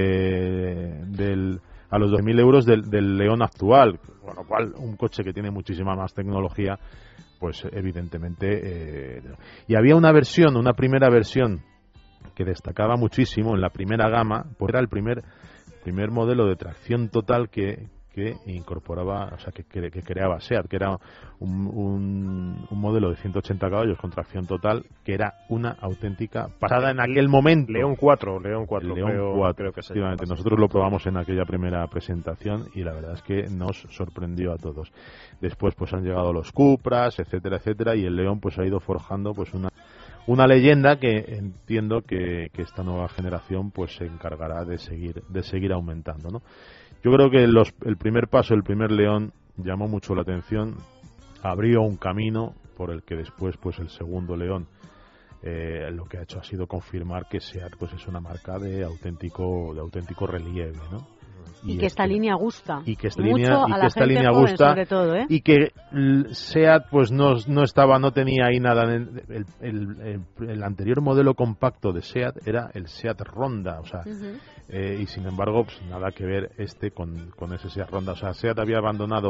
de del a los doce mil euros del, del León actual, con lo cual un coche que tiene muchísima más tecnología, pues evidentemente eh, y había una versión, una primera versión que destacaba muchísimo en la primera gama, pues era el primer primer modelo de tracción total que que incorporaba, o sea, que, que, que creaba SEAT, que era un, un, un modelo de ciento ochenta caballos con tracción total, que era una auténtica pasada en aquel momento. León cuatro, León cuatro, León creo, cuatro, creo que se efectivamente. Nosotros lo probamos en aquella primera presentación y la verdad es que nos sorprendió a todos. Después pues han llegado los Cupras, etcétera, etcétera, y el León pues ha ido forjando pues una una leyenda que entiendo que, que esta nueva generación pues se encargará de seguir de seguir aumentando, ¿no? Yo creo que los, el primer paso, el primer León, llamó mucho la atención, abrió un camino por el que después, pues el segundo León, eh, lo que ha hecho ha sido confirmar que SEAT pues es una marca de auténtico, de auténtico relieve, ¿no? Y, y que esta que, línea gusta y que esta mucho línea, y a que la esta gente línea joven, gusta sobre todo, ¿eh? Y que SEAT pues no, no estaba, no tenía ahí nada. El, el, el, el anterior modelo compacto de SEAT era el SEAT Ronda, o sea, uh-huh. eh, y sin embargo pues nada que ver este con, con ese SEAT Ronda. O sea, SEAT había abandonado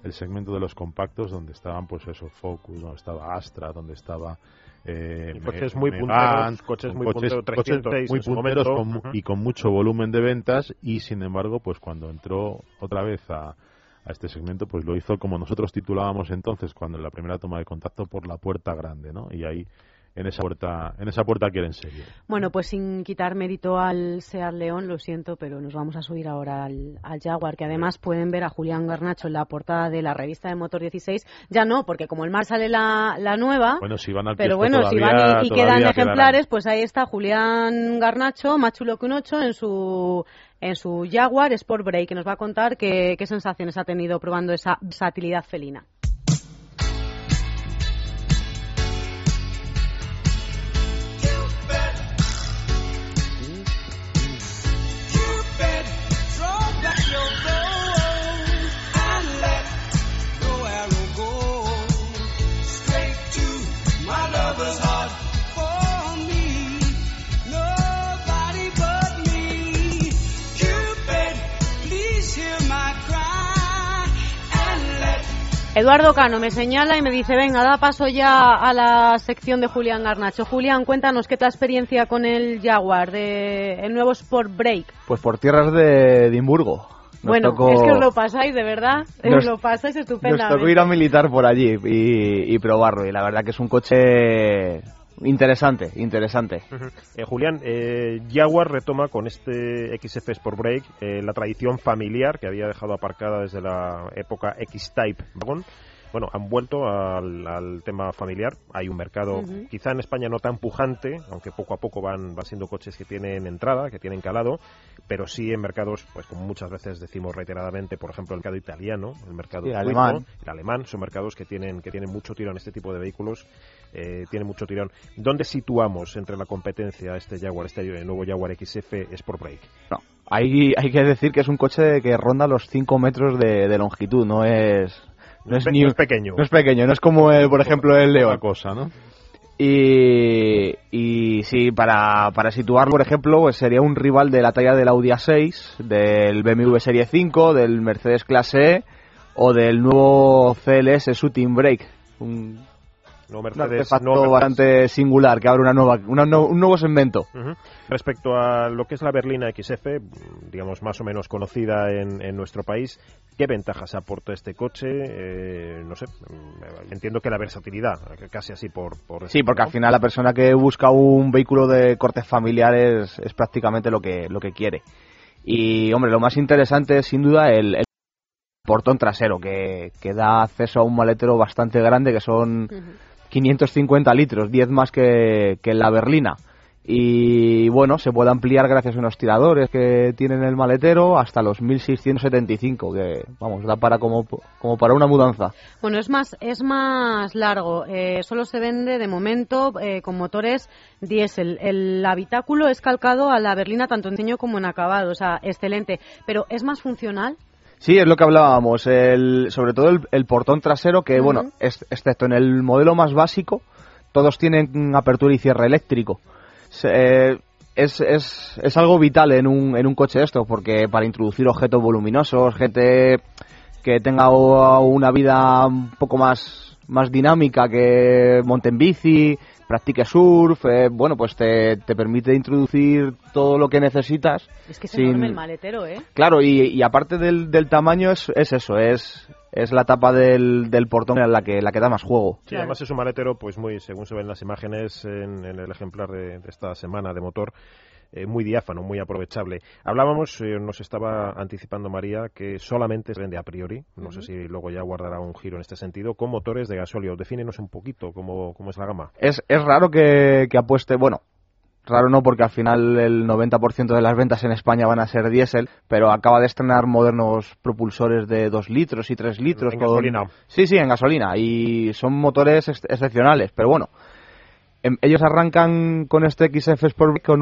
el segmento de los compactos donde estaban, pues eso, Focus, donde estaba Astra, donde estaba... Eh, coches muy Megane, punteros, coches muy coches, punteros, trescientos seis muy en su punteros momento. con, Uh-huh. y con mucho volumen de ventas, y sin embargo, pues cuando entró otra vez a, a este segmento, pues lo hizo como nosotros titulábamos entonces, cuando en la primera toma de contacto, por la puerta grande, ¿no? Y ahí en esa puerta en esa puerta quieren seguir. Bueno, pues sin quitar mérito al Seat León, lo siento, pero nos vamos a subir ahora al, al Jaguar, que además pueden ver a Julián Garnacho en la portada de la revista de Motor dieciséis. Ya no, porque como el mar sale la, la nueva, bueno, si van al pero kiosco bueno, todavía, si van y, y quedan ejemplares, quedarán. pues ahí está Julián Garnacho, más chulo que un ocho, en su en su Jaguar Sport Break, que nos va a contar qué, qué sensaciones ha tenido probando esa versatilidad felina. Eduardo Cano me señala y me dice, venga, da paso ya a la sección de Julián Garnacho. Julián, cuéntanos qué tal experiencia con el Jaguar, de el nuevo Sport Break. Pues por tierras de Edimburgo. Nos bueno, tocó... es que os lo pasáis, de verdad, nos, os lo pasáis estupendamente. Nos tocó ir a militar por allí y, y probarlo, y la verdad que es un coche interesante, interesante. Uh-huh. eh, Julián, eh, Jaguar retoma con este X F Sport Break eh, la tradición familiar que había dejado aparcada desde la época X-Type Wagon. Bueno, han vuelto al, al tema familiar. Hay un mercado, uh-huh. quizá en España no tan pujante, aunque poco a poco van, van siendo coches que tienen entrada, que tienen calado, pero sí en mercados, pues como muchas veces decimos reiteradamente, por ejemplo el mercado italiano, el mercado sí, suizo, alemán. el alemán, son mercados que tienen que tienen mucho tirón. Este tipo de vehículos eh, tienen mucho tirón. ¿Dónde situamos entre la competencia este Jaguar, este nuevo Jaguar X F Sport Break? No, hay, hay que decir que es un coche que ronda los cinco metros de, de longitud, no es... No es, ni, no es pequeño. No es pequeño, no es como, el, por ejemplo, el León. Cosa, ¿no? Y, y sí, para, para situarlo, por ejemplo, pues sería un rival de la talla del Audi A seis, del B M W Serie cinco, del Mercedes Clase E o del nuevo C L S Shooting Brake. Un, no, Mercedes, un artefacto no, Mercedes. bastante singular que abre una nueva, una, no, un nuevo segmento. Uh-huh. Respecto a lo que es la berlina X F, digamos más o menos conocida en, en nuestro país, ¿qué ventajas aporta este coche? Eh, no sé, entiendo que la versatilidad, casi así por... por sí, decirlo, porque ¿no? al final la persona que busca un vehículo de corte familiar es, es prácticamente lo que, lo que quiere. Y, hombre, lo más interesante es sin duda el, el portón trasero, que, que da acceso a un maletero bastante grande, que son uh-huh. quinientos cincuenta litros, diez más que, que en la berlina. Y bueno, se puede ampliar gracias a unos tiradores que tienen el maletero hasta los mil seiscientos setenta y cinco, que vamos, da para como, como para una mudanza. Bueno, es más es más largo, eh, solo se vende de momento eh, con motores diésel. El habitáculo es calcado a la berlina tanto en diseño como en acabado, o sea, excelente, pero ¿es más funcional? Sí, es lo que hablábamos, el, sobre todo el, el portón trasero, que uh-huh. bueno, es, excepto en el modelo más básico, todos tienen apertura y cierre eléctrico. Eh, es, es, es algo vital en un, en un coche de estos, porque para introducir objetos voluminosos, gente que tenga una vida un poco más, más dinámica, que monte en bici, practique surf, eh, bueno, pues te, te permite introducir todo lo que necesitas. Es que es sin... enorme el maletero, ¿eh? Claro, y, y aparte del, del tamaño es, es eso, es... es la tapa del, del portón en la que la que da más juego. Sí, claro. Además es un maletero, pues muy, según se ven las imágenes en, en el ejemplar de, de esta semana de motor, eh, muy diáfano, muy aprovechable. Hablábamos, eh, nos estaba anticipando María, que solamente se vende a priori, no uh-huh. sé si luego ya guardará un giro en este sentido, con motores de gasóleo. Defínenos un poquito cómo, cómo es la gama. Es, es raro que, que apueste, bueno, raro no, porque al final el noventa por ciento de las ventas en España van a ser diésel, pero acaba de estrenar modernos propulsores de dos litros y tres litros. ¿En con... gasolina? Sí, sí, en gasolina, y son motores ex- excepcionales, pero bueno, em, ellos arrancan con este X F Sport con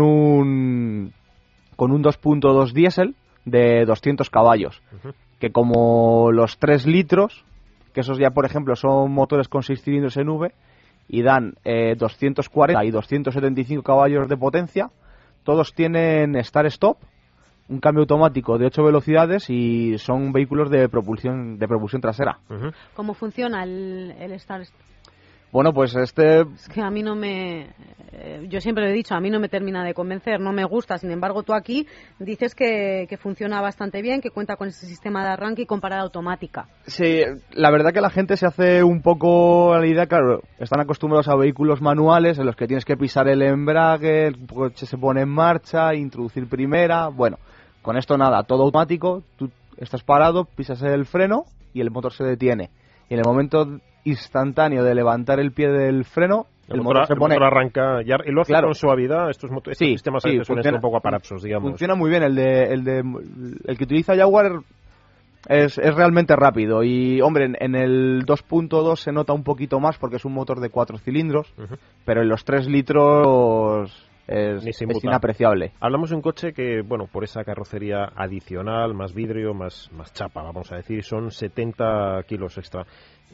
un con un dos punto dos diésel de doscientos caballos, uh-huh. que como los tres litros, que esos ya por ejemplo son motores con seis cilindros en V, y dan eh, doscientos cuarenta y doscientos setenta y cinco caballos de potencia. Todos tienen start-stop, un cambio automático de ocho velocidades y son vehículos de propulsión de propulsión trasera. Uh-huh. ¿Cómo funciona el, el Star? Bueno, pues este... Es que a mí no me... Eh, yo siempre lo he dicho, a mí no me termina de convencer, no me gusta. Sin embargo, tú aquí dices que, que funciona bastante bien, que cuenta con ese sistema de arranque y con parada automática. Sí, la verdad que la gente se hace un poco a la idea, claro, están acostumbrados a vehículos manuales en los que tienes que pisar el embrague, el coche se pone en marcha, introducir primera... Bueno, con esto nada, todo automático, tú estás parado, pisas el freno y el motor se detiene. Y en el momento instantáneo de levantar el pie del freno, el, el motor, motor se pone... El motor arranca ya, y lo hace claro. con suavidad. Estos, motor, estos sí, sistemas sí, a veces suelen ser un poco funciona, aparatos, digamos. Funciona muy bien. El de el, de, el que utiliza Jaguar es, es realmente rápido. Y, hombre, en, en el dos punto dos se nota un poquito más porque es un motor de cuatro cilindros, uh-huh. pero en los tres litros... Es, es inapreciable. Hablamos de un coche que, bueno, por esa carrocería adicional, más vidrio, más, más chapa, vamos a decir, son setenta kilos extra.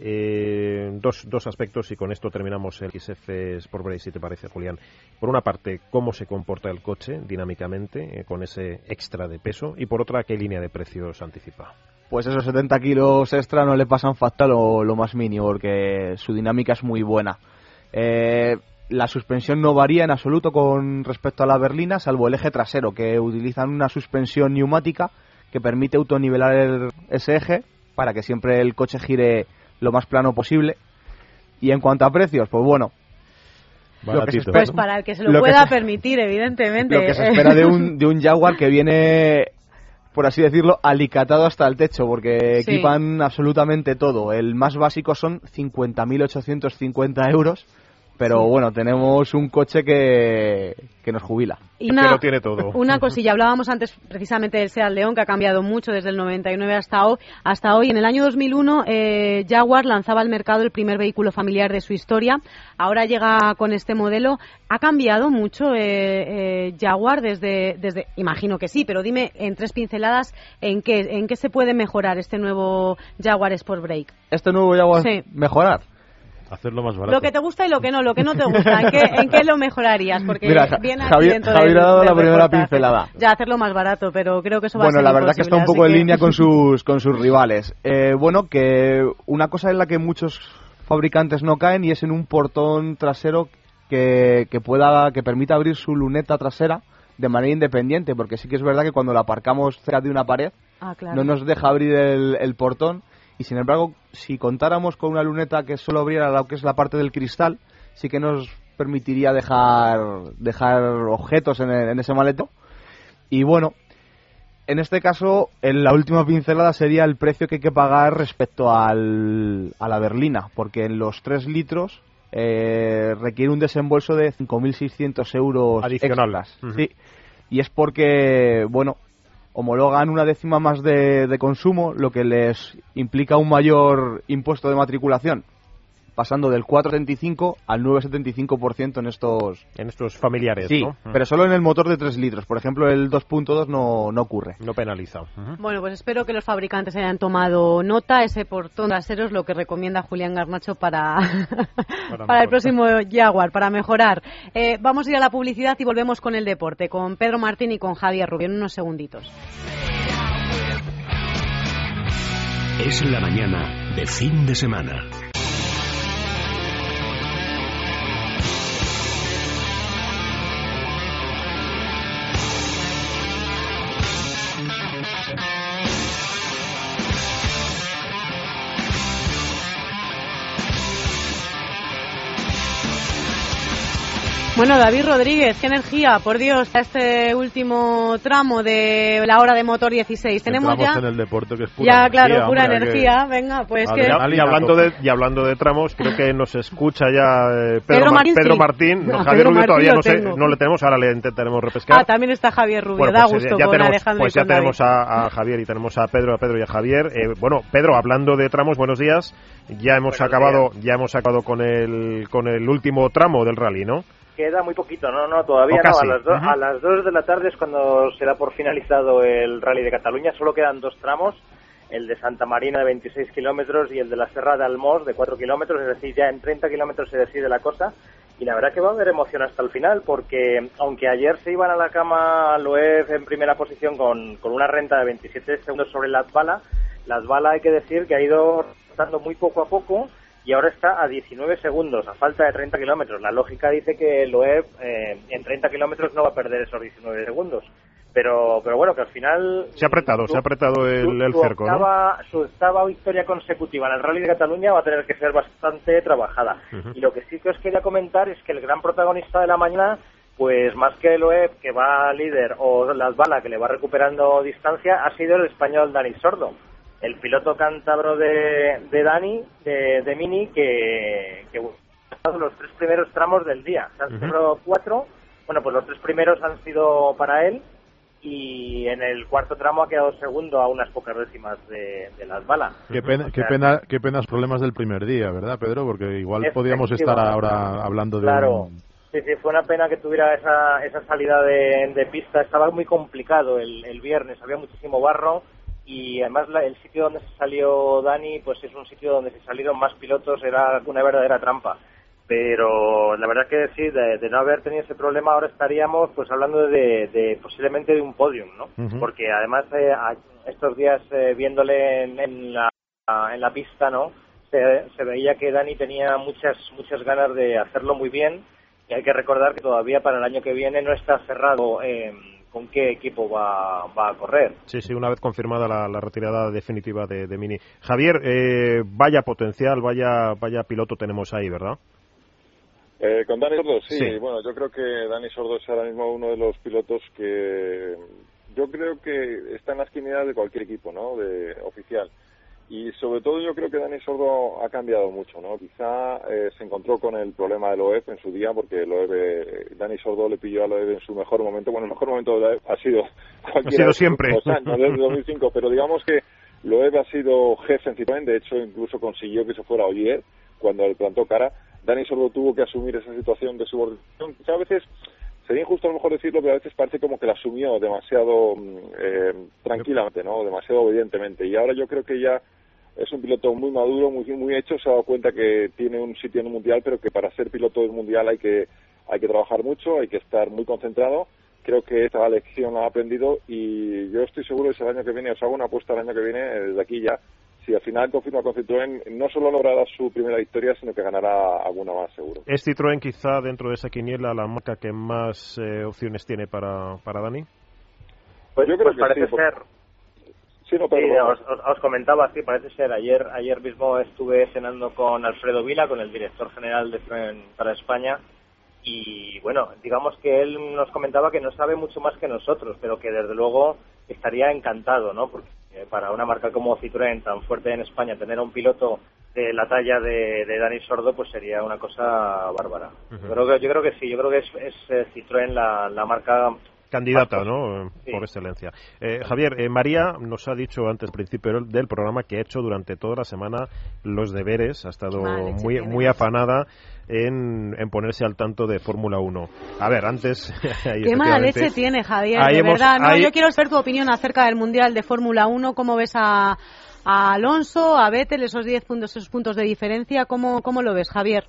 Eh, dos, dos aspectos y con esto terminamos el X F Sport Break, si te parece, Julián. Por una parte, cómo se comporta el coche dinámicamente, eh, con ese extra de peso, y por otra, qué línea de precios anticipa. Pues esos setenta kilos extra no le pasan fatal lo, lo más mínimo, porque su dinámica es muy buena. Eh... La suspensión no varía en absoluto con respecto a la berlina, salvo el eje trasero, que utilizan una suspensión neumática que permite autonivelar el, ese eje para que siempre el coche gire lo más plano posible. Y en cuanto a precios, pues bueno... Lo que se espera, pues para el que se lo, lo pueda se, permitir, evidentemente. Lo que se espera de un, de un Jaguar que viene, por así decirlo, alicatado hasta el techo, porque sí. equipan absolutamente todo. El más básico son cincuenta mil ochocientos cincuenta euros. Pero sí. bueno, tenemos un coche que, que nos jubila. Y una, que lo tiene todo. Una cosilla, hablábamos antes precisamente del Seat León, que ha cambiado mucho desde el noventa y nueve hasta hoy. Hasta hoy. En el año dos mil uno, eh, Jaguar lanzaba al mercado el primer vehículo familiar de su historia. Ahora llega con este modelo. ¿Ha cambiado mucho eh, eh, Jaguar desde, desde...? Imagino que sí, pero dime en tres pinceladas en qué, en qué se puede mejorar este nuevo Jaguar Sport Break. ¿Este nuevo Jaguar sí. mejorar? Hacerlo más barato. Lo que te gusta y lo que no, lo que no te gusta, ¿en qué, en qué lo mejoraría? Porque Mira, viene aquí Javier, dentro Javier del, ha dado del la primera reportaje. pincelada. Ya, hacerlo más barato, pero creo que eso va bueno, a ser la verdad que está un poco en que... línea con sus con sus rivales. Eh, bueno, que una cosa en la que muchos fabricantes no caen y es en un portón trasero que, que pueda que permita abrir su luneta trasera de manera independiente, porque sí que es verdad que cuando la aparcamos cerca de una pared ah, claro. no nos deja abrir el, el portón. Y sin embargo, si contáramos con una luneta que solo abriera lo que es la parte del cristal, sí que nos permitiría dejar dejar objetos en, el, en ese maletero. Y bueno, en este caso, en la última pincelada sería el precio que hay que pagar respecto al, a la berlina, porque en los tres litros eh, requiere un desembolso de cinco mil seiscientos euros adicionales. Uh-huh. Sí, y es porque, bueno, homologan una décima más de, de consumo, lo que les implica un mayor impuesto de matriculación, pasando del cuatro coma setenta y cinco al nueve coma setenta y cinco por ciento en estos en estos familiares, sí, ¿no? pero solo en el motor de tres litros. Por ejemplo, el dos punto dos no, no ocurre. No penaliza. Uh-huh. Bueno, pues espero que los fabricantes hayan tomado nota. Ese portón trasero es lo que recomienda Julián Garnacho para, para, para el próximo Jaguar, para mejorar. Eh, vamos a ir a la publicidad y volvemos con el deporte, con Pedro Martín y con Javier Rubio en unos segunditos. Es la mañana de fin de semana. Bueno, David Rodríguez, qué energía, por Dios, a este último tramo de la hora de motor dieciséis. Tenemos Entramos ya en el deporte que es pura ya, energía, claro, pura hombre, energía. que... Venga, pues que... Y, y, hablando de, y hablando de tramos, creo que nos escucha ya eh, Pedro, Pedro Martín. Pedro Sí. Martín. No, No, Javier Pedro Rubio todavía no, sé, tengo. no le tenemos, ahora le intentaremos repescar. Ah, también está Javier Rubio, bueno, da pues, gusto ya con tenemos, Alejandro pues y ya con tenemos David. a, a Javier y tenemos a Pedro, a Pedro y a Javier. Eh, bueno, Pedro, hablando de tramos, buenos días. Ya hemos Buenos acabado, días. ya hemos acabado con el con el último tramo del rally, ¿no? Queda muy poquito, no, no, todavía O no. casi. A las, do- Uh-huh. a las dos de la tarde es cuando se da por finalizado el Rally de Cataluña. Solo quedan dos tramos, el de Santa Marina de veintiséis kilómetros y el de la Serra de Almós de cuatro kilómetros. Es decir, ya en treinta kilómetros se decide la cosa. y la verdad que va a haber emoción hasta el final, porque aunque ayer se iban a la cama Loeb en primera posición con, con una renta de veintisiete segundos sobre Latvala, Latvala hay que decir que ha ido rotando muy poco a poco y ahora está a diecinueve segundos, a falta de treinta kilómetros. La lógica dice que Loeb eh, en treinta kilómetros no va a perder esos diecinueve segundos. Pero, pero bueno, que al final... Se ha apretado, su, se ha apretado el, su, el cerco, su octava, ¿no? Su octava victoria consecutiva en el Rally de Cataluña va a tener que ser bastante trabajada. Uh-huh. Y lo que sí que os quería comentar es que el gran protagonista de la mañana, pues más que Loeb, que va líder, o Latvala, que le va recuperando distancia, ha sido el español Dani Sordo, el piloto cántabro de, de Dani, de, de Mini, que, que ha estado los tres primeros tramos del día. Se han uh-huh. cerrado cuatro, bueno, pues los tres primeros han sido para él, y en el cuarto tramo ha quedado segundo a unas pocas décimas de, de Latvala. Qué pena, o sea, qué pena, qué penas problemas del primer día, ¿verdad, Pedro? Porque igual podíamos estar ahora hablando de... Claro, un... sí, sí, fue una pena que tuviera esa, esa salida de, de pista. Estaba muy complicado el, el viernes, había muchísimo barro y además la, el sitio donde se salió Dani, pues es un sitio donde se salieron más pilotos, era una verdadera trampa. Pero la verdad que sí, de, de no haber tenido ese problema ahora estaríamos pues hablando de, de posiblemente de un podium, ¿no? Uh-huh. Porque además eh, estos días eh, viéndole en, en, la, en la pista, ¿no? Se, se veía que Dani tenía muchas muchas ganas de hacerlo muy bien y hay que recordar que todavía para el año que viene no está cerrado eh, con qué equipo va, va a correr. Sí, sí, una vez confirmada la, la retirada definitiva de, de Mini. Javier, eh, vaya potencial, vaya vaya piloto tenemos ahí, ¿verdad? Eh, con Dani Sordo, sí. sí. Bueno, yo creo que Dani Sordo es ahora mismo uno de los pilotos que yo creo que está en la esquina de cualquier equipo, ¿no? De oficial. Y sobre todo yo creo que Dani Sordo ha cambiado mucho, ¿no? Quizá eh, se encontró con el problema de Loeb en su día, porque Loeb, eh, Dani Sordo le pilló a Loeb en su mejor momento. Bueno, el mejor momento de Loeb ha sido ha sido siempre. Los años, desde dos mil cinco, pero digamos que Loeb ha sido jefe en Citroën, de hecho incluso consiguió que se fuera a Ogier cuando le plantó cara. Dani Sordo tuvo que asumir esa situación de subordinación. A veces, sería injusto a lo mejor decirlo, pero a veces parece como que la asumió demasiado eh, tranquilamente, ¿no? Demasiado obedientemente. Y ahora yo creo que ya es un piloto muy maduro, muy muy hecho. Se ha dado cuenta que tiene un sitio en el Mundial, pero que para ser piloto del Mundial hay que hay que trabajar mucho, hay que estar muy concentrado. Creo que esta lección la ha aprendido y yo estoy seguro de que el año que viene, os hago una apuesta el año que viene, desde aquí ya, si al final confirma con Citroën, no solo logrará su primera victoria, sino que ganará alguna más, seguro. ¿Es Citroën quizá dentro de esa quiniela la marca que más eh, opciones tiene para, para Dani? Pues yo creo pues que parece sí, ser. Sí, no, pero sí, os, os, os comentaba, sí, parece ser. Ayer ayer mismo estuve cenando con Alfredo Vila, con el director general de Citroën para España, y bueno, digamos que él nos comentaba que no sabe mucho más que nosotros, pero que desde luego estaría encantado, ¿no? Porque para una marca como Citroën, tan fuerte en España, tener a un piloto de la talla de, de Dani Sordo, pues sería una cosa bárbara. Uh-huh. Yo, creo que, yo creo que sí, yo creo que es, es Citroën la, la marca... Candidata, ¿no? Sí. Por excelencia. Eh, Javier, eh, María nos ha dicho antes, al principio del programa, que ha hecho durante toda la semana los deberes, ha estado vale, muy muy afanada en, en ponerse al tanto de Fórmula uno. A ver, antes... ahí, Qué mala leche tiene, Javier, de hemos, verdad. No, ahí... Yo quiero saber tu opinión acerca del Mundial de Fórmula uno. ¿Cómo ves a, a Alonso, a Vettel, esos diez puntos, esos puntos de diferencia? ¿Cómo, cómo lo ves, Javier?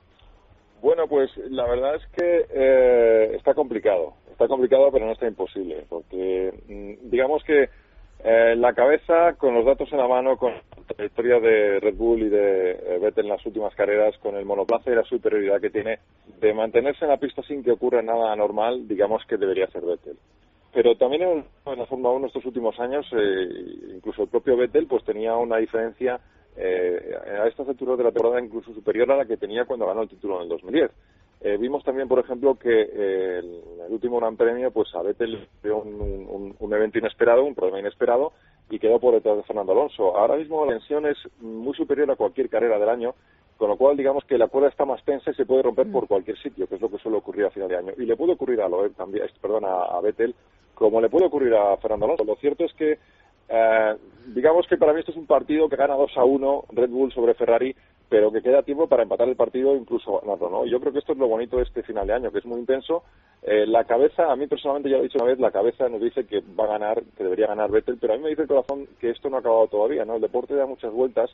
Bueno, pues la verdad es que eh, está complicado. Está complicado, pero no está imposible, porque digamos que eh, la cabeza, con los datos en la mano, con la trayectoria de Red Bull y de eh, Vettel en las últimas carreras, con el monoplaza y la superioridad que tiene, de mantenerse en la pista sin que ocurra nada anormal, digamos que debería ser Vettel. Pero también en, en la Fórmula uno estos últimos años, eh, incluso el propio Vettel pues tenía una diferencia eh, a estas alturas de la temporada incluso superior a la que tenía cuando ganó el título en el dos mil diez. Eh, vimos también, por ejemplo, que eh, el, el último Gran Premio, pues a Vettel dio un, un, un evento inesperado, un problema inesperado, y quedó por detrás de Fernando Alonso. Ahora mismo la tensión es muy superior a cualquier carrera del año, con lo cual digamos que la cuerda está más tensa y se puede romper por cualquier sitio, que es lo que suele ocurrir a final de año. Y le puede ocurrir a Loeb también, perdón, a, a Vettel, como le puede ocurrir a Fernando Alonso. Lo cierto es que, eh, digamos que para mí esto es un partido que gana dos a uno Red Bull sobre Ferrari, pero que queda tiempo para empatar el partido e incluso ganarlo, ¿no? Yo creo que esto es lo bonito de este final de año, que es muy intenso. Eh, la cabeza, a mí personalmente, ya lo he dicho una vez, la cabeza nos dice que va a ganar, que debería ganar Vettel, pero a mí me dice el corazón que esto no ha acabado todavía, ¿no? El deporte da muchas vueltas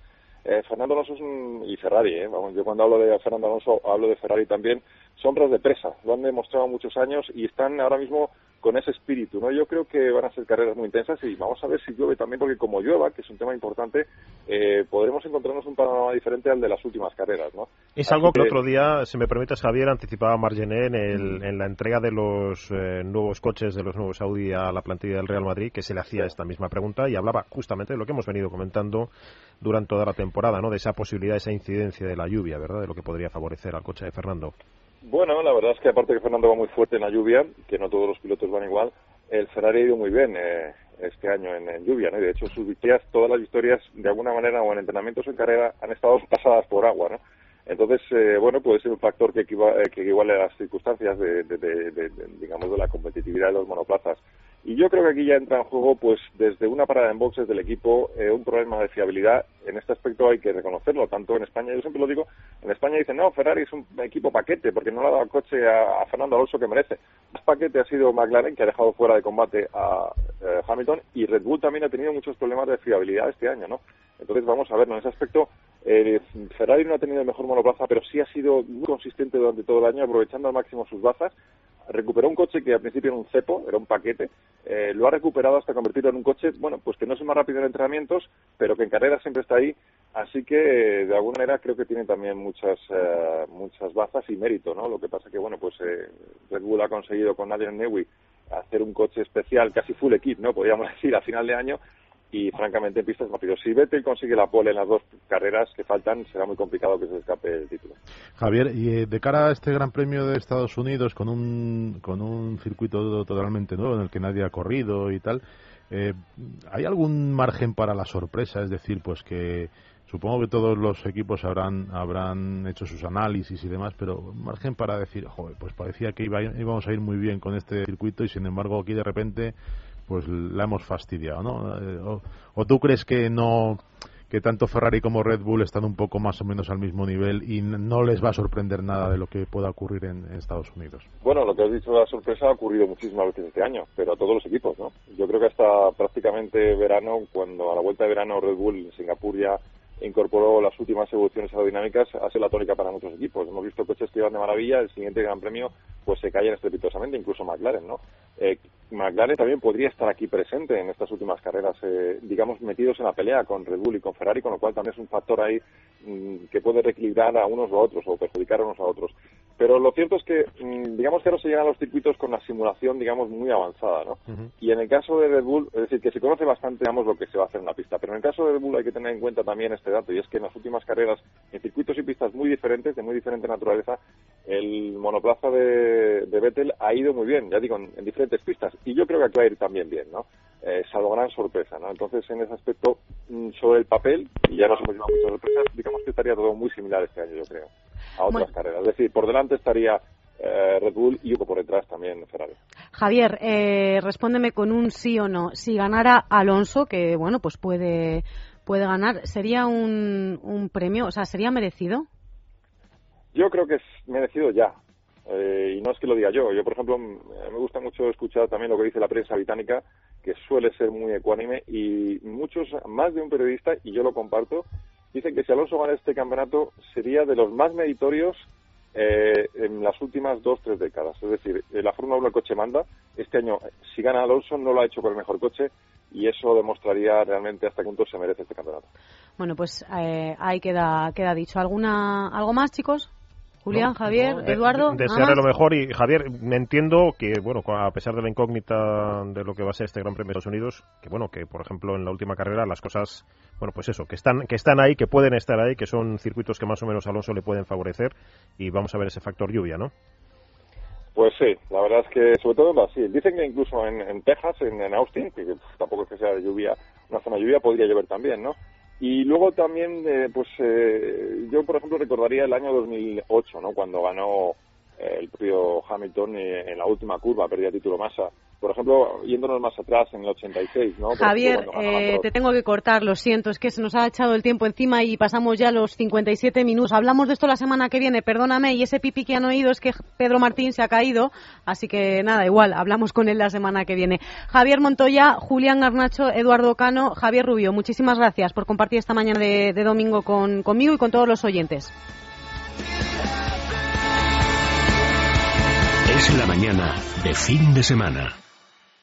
eh, Fernando Alonso es un, y Ferrari, eh, vamos, yo cuando hablo de Fernando Alonso hablo de Ferrari también, sombras de presa, lo han demostrado muchos años y están ahora mismo con ese espíritu, ¿no? Yo creo que van a ser carreras muy intensas y vamos a ver si llueve también, porque como llueva, que es un tema importante, eh, podremos encontrarnos un panorama diferente al de las últimas carreras, ¿no? Es Así algo que que el otro día, si me permites, Javier, anticipaba Margené en, el, en la entrega de los eh, nuevos coches, de los nuevos Audi a la plantilla del Real Madrid, que se le hacía esta misma pregunta y hablaba justamente de lo que hemos venido comentando durante toda la temporada, ¿no? De esa posibilidad, esa incidencia de la lluvia, ¿verdad? De lo que podría favorecer al coche de Fernando. Bueno, la verdad es que aparte que Fernando va muy fuerte en la lluvia, que no todos los pilotos van igual, el Ferrari ha ido muy bien eh, este año en, en lluvia, ¿no? Y de hecho sus victorias, todas las victorias, de alguna manera, o en entrenamientos o en carrera, han estado pasadas por agua, ¿no? Entonces, eh, bueno, puede ser un factor que, equiva, eh, que equivale a las circunstancias de, de, de, de, de, digamos, de la competitividad de los monoplazas. Y yo creo que aquí ya entra en juego, pues, desde una parada en boxes del equipo, eh, un problema de fiabilidad. En este aspecto hay que reconocerlo, tanto en España, yo siempre lo digo, en España dicen, no, Ferrari es un equipo paquete, porque no le ha dado el coche a, a Fernando Alonso que merece. Más paquete ha sido McLaren, que ha dejado fuera de combate a eh, Hamilton, y Red Bull también ha tenido muchos problemas de fiabilidad este año, ¿no? Entonces, vamos a ver, ¿no? En ese aspecto, eh, Ferrari no ha tenido el mejor monoplaza, pero sí ha sido muy consistente durante todo el año, aprovechando al máximo sus bazas. Recuperó un coche que al principio era un cepo, era un paquete, eh, lo ha recuperado hasta convertirlo en un coche, bueno, pues que no es el más rápido en entrenamientos, pero que en carrera siempre está ahí, así que eh, de alguna manera creo que tiene también muchas eh, muchas bazas y mérito, ¿no? Lo que pasa que, bueno, pues eh, Red Bull ha conseguido con Adrian Newey hacer un coche especial, casi full equip, ¿no? Podríamos decir, a final de año, y francamente en pistas rápido. Si Vettel consigue la pole en las dos carreras que faltan, será muy complicado que se escape el título. Javier, y eh, de cara a este Gran Premio de Estados Unidos, con un con un circuito totalmente nuevo en el que nadie ha corrido y tal, eh, ¿hay algún margen para la sorpresa? Es decir, pues que supongo que todos los equipos habrán habrán hecho sus análisis y demás, pero margen para decir, joder, pues parecía que iba, íbamos a ir muy bien con este circuito y sin embargo aquí de repente pues la hemos fastidiado, ¿no? O, o tú crees que no, que tanto Ferrari como Red Bull están un poco más o menos al mismo nivel y no les va a sorprender nada de lo que pueda ocurrir en, en Estados Unidos? Bueno, lo que has dicho de la sorpresa ha ocurrido muchísimas veces este año, pero a todos los equipos, ¿no? Yo creo que hasta prácticamente verano, cuando a la vuelta de verano Red Bull en Singapur ya incorporó las últimas evoluciones aerodinámicas, ha sido la tónica para muchos equipos. Hemos visto coches que iban de maravilla, el siguiente Gran Premio pues se caen estrepitosamente, incluso McLaren, ¿no? Eh, McLaren también podría estar aquí presente en estas últimas carreras, eh, digamos, metidos en la pelea con Red Bull y con Ferrari, con lo cual también es un factor ahí mmm, que puede reequilibrar a unos o a otros o perjudicar a unos a otros. Pero lo cierto es que, mmm, digamos que ahora se llegan a los circuitos con la simulación, digamos, muy avanzada, ¿no? Uh-huh. Y en el caso de Red Bull, es decir, que se conoce bastante, digamos, lo que se va a hacer en la pista, pero en el caso de Red Bull hay que tener en cuenta también este dato, y es que en las últimas carreras, en circuitos y pistas muy diferentes, de muy diferente naturaleza, el monoplaza de, de Vettel ha ido muy bien, ya digo, en, en diferentes pistas, y yo creo que aquí va a ir también bien, ¿no? Eh, salvo gran sorpresa, ¿no? Entonces, en ese aspecto, sobre el papel, y ya nos hemos llevado muchas sorpresas, digamos que estaría todo muy similar este año, yo creo, a otras bueno. carreras. Es decir, por delante estaría eh, Red Bull y por detrás también Ferrari. Javier, eh, respóndeme con un sí o no. Si ganara Alonso, que, bueno, pues puede, puede ganar, ¿sería un, un premio? O sea, ¿sería merecido? Yo creo que es merecido ya. Eh, y no es que lo diga yo. Yo, por ejemplo, me gusta mucho escuchar también lo que dice la prensa británica, que suele ser muy ecuánime, y muchos, más de un periodista, y yo lo comparto, dicen que si Alonso gana este campeonato sería de los más meritorios eh, en las últimas dos, tres décadas. Es decir, la Fórmula uno el coche manda. Este año, si gana Alonso, no lo ha hecho con el mejor coche, y eso demostraría realmente hasta qué punto se merece este campeonato. Bueno, pues eh, ahí queda, queda dicho. ¿Alguna, ¿Algo más, chicos? Julián, no, Javier, no, Eduardo. De, desearle lo mejor. Y Javier, entiendo que, bueno, a pesar de la incógnita de lo que va a ser este Gran Premio de Estados Unidos, que bueno, que por ejemplo en la última carrera las cosas, bueno, pues eso, que están, que están ahí, que pueden estar ahí, que son circuitos que más o menos a Alonso le pueden favorecer, y vamos a ver ese factor lluvia, ¿no? Pues sí, la verdad es que sobre todo en Brasil. Dicen que incluso en, en Texas, en, en Austin, que pues, tampoco es que sea de lluvia, una zona de lluvia, podría llover también, ¿no? Y luego también, eh, pues eh, yo por ejemplo recordaría el año dos mil ocho, ¿no? Cuando ganó eh, el propio Hamilton eh, en la última curva, perdía título Massa, por ejemplo, yéndonos más atrás, en el ochenta y seis, ¿no? Por Javier, ejemplo, cuando eh, te tengo que cortar, lo siento, es que se nos ha echado el tiempo encima y pasamos ya los cincuenta y siete minutos. Hablamos de esto la semana que viene, perdóname, y ese pipi que han oído es que Pedro Martín se ha caído, así que nada, igual, hablamos con él la semana que viene. Javier Montoya, Julián Garnacho, Eduardo Cano, Javier Rubio, muchísimas gracias por compartir esta mañana de, de domingo con, conmigo y con todos los oyentes. Es la mañana de fin de semana.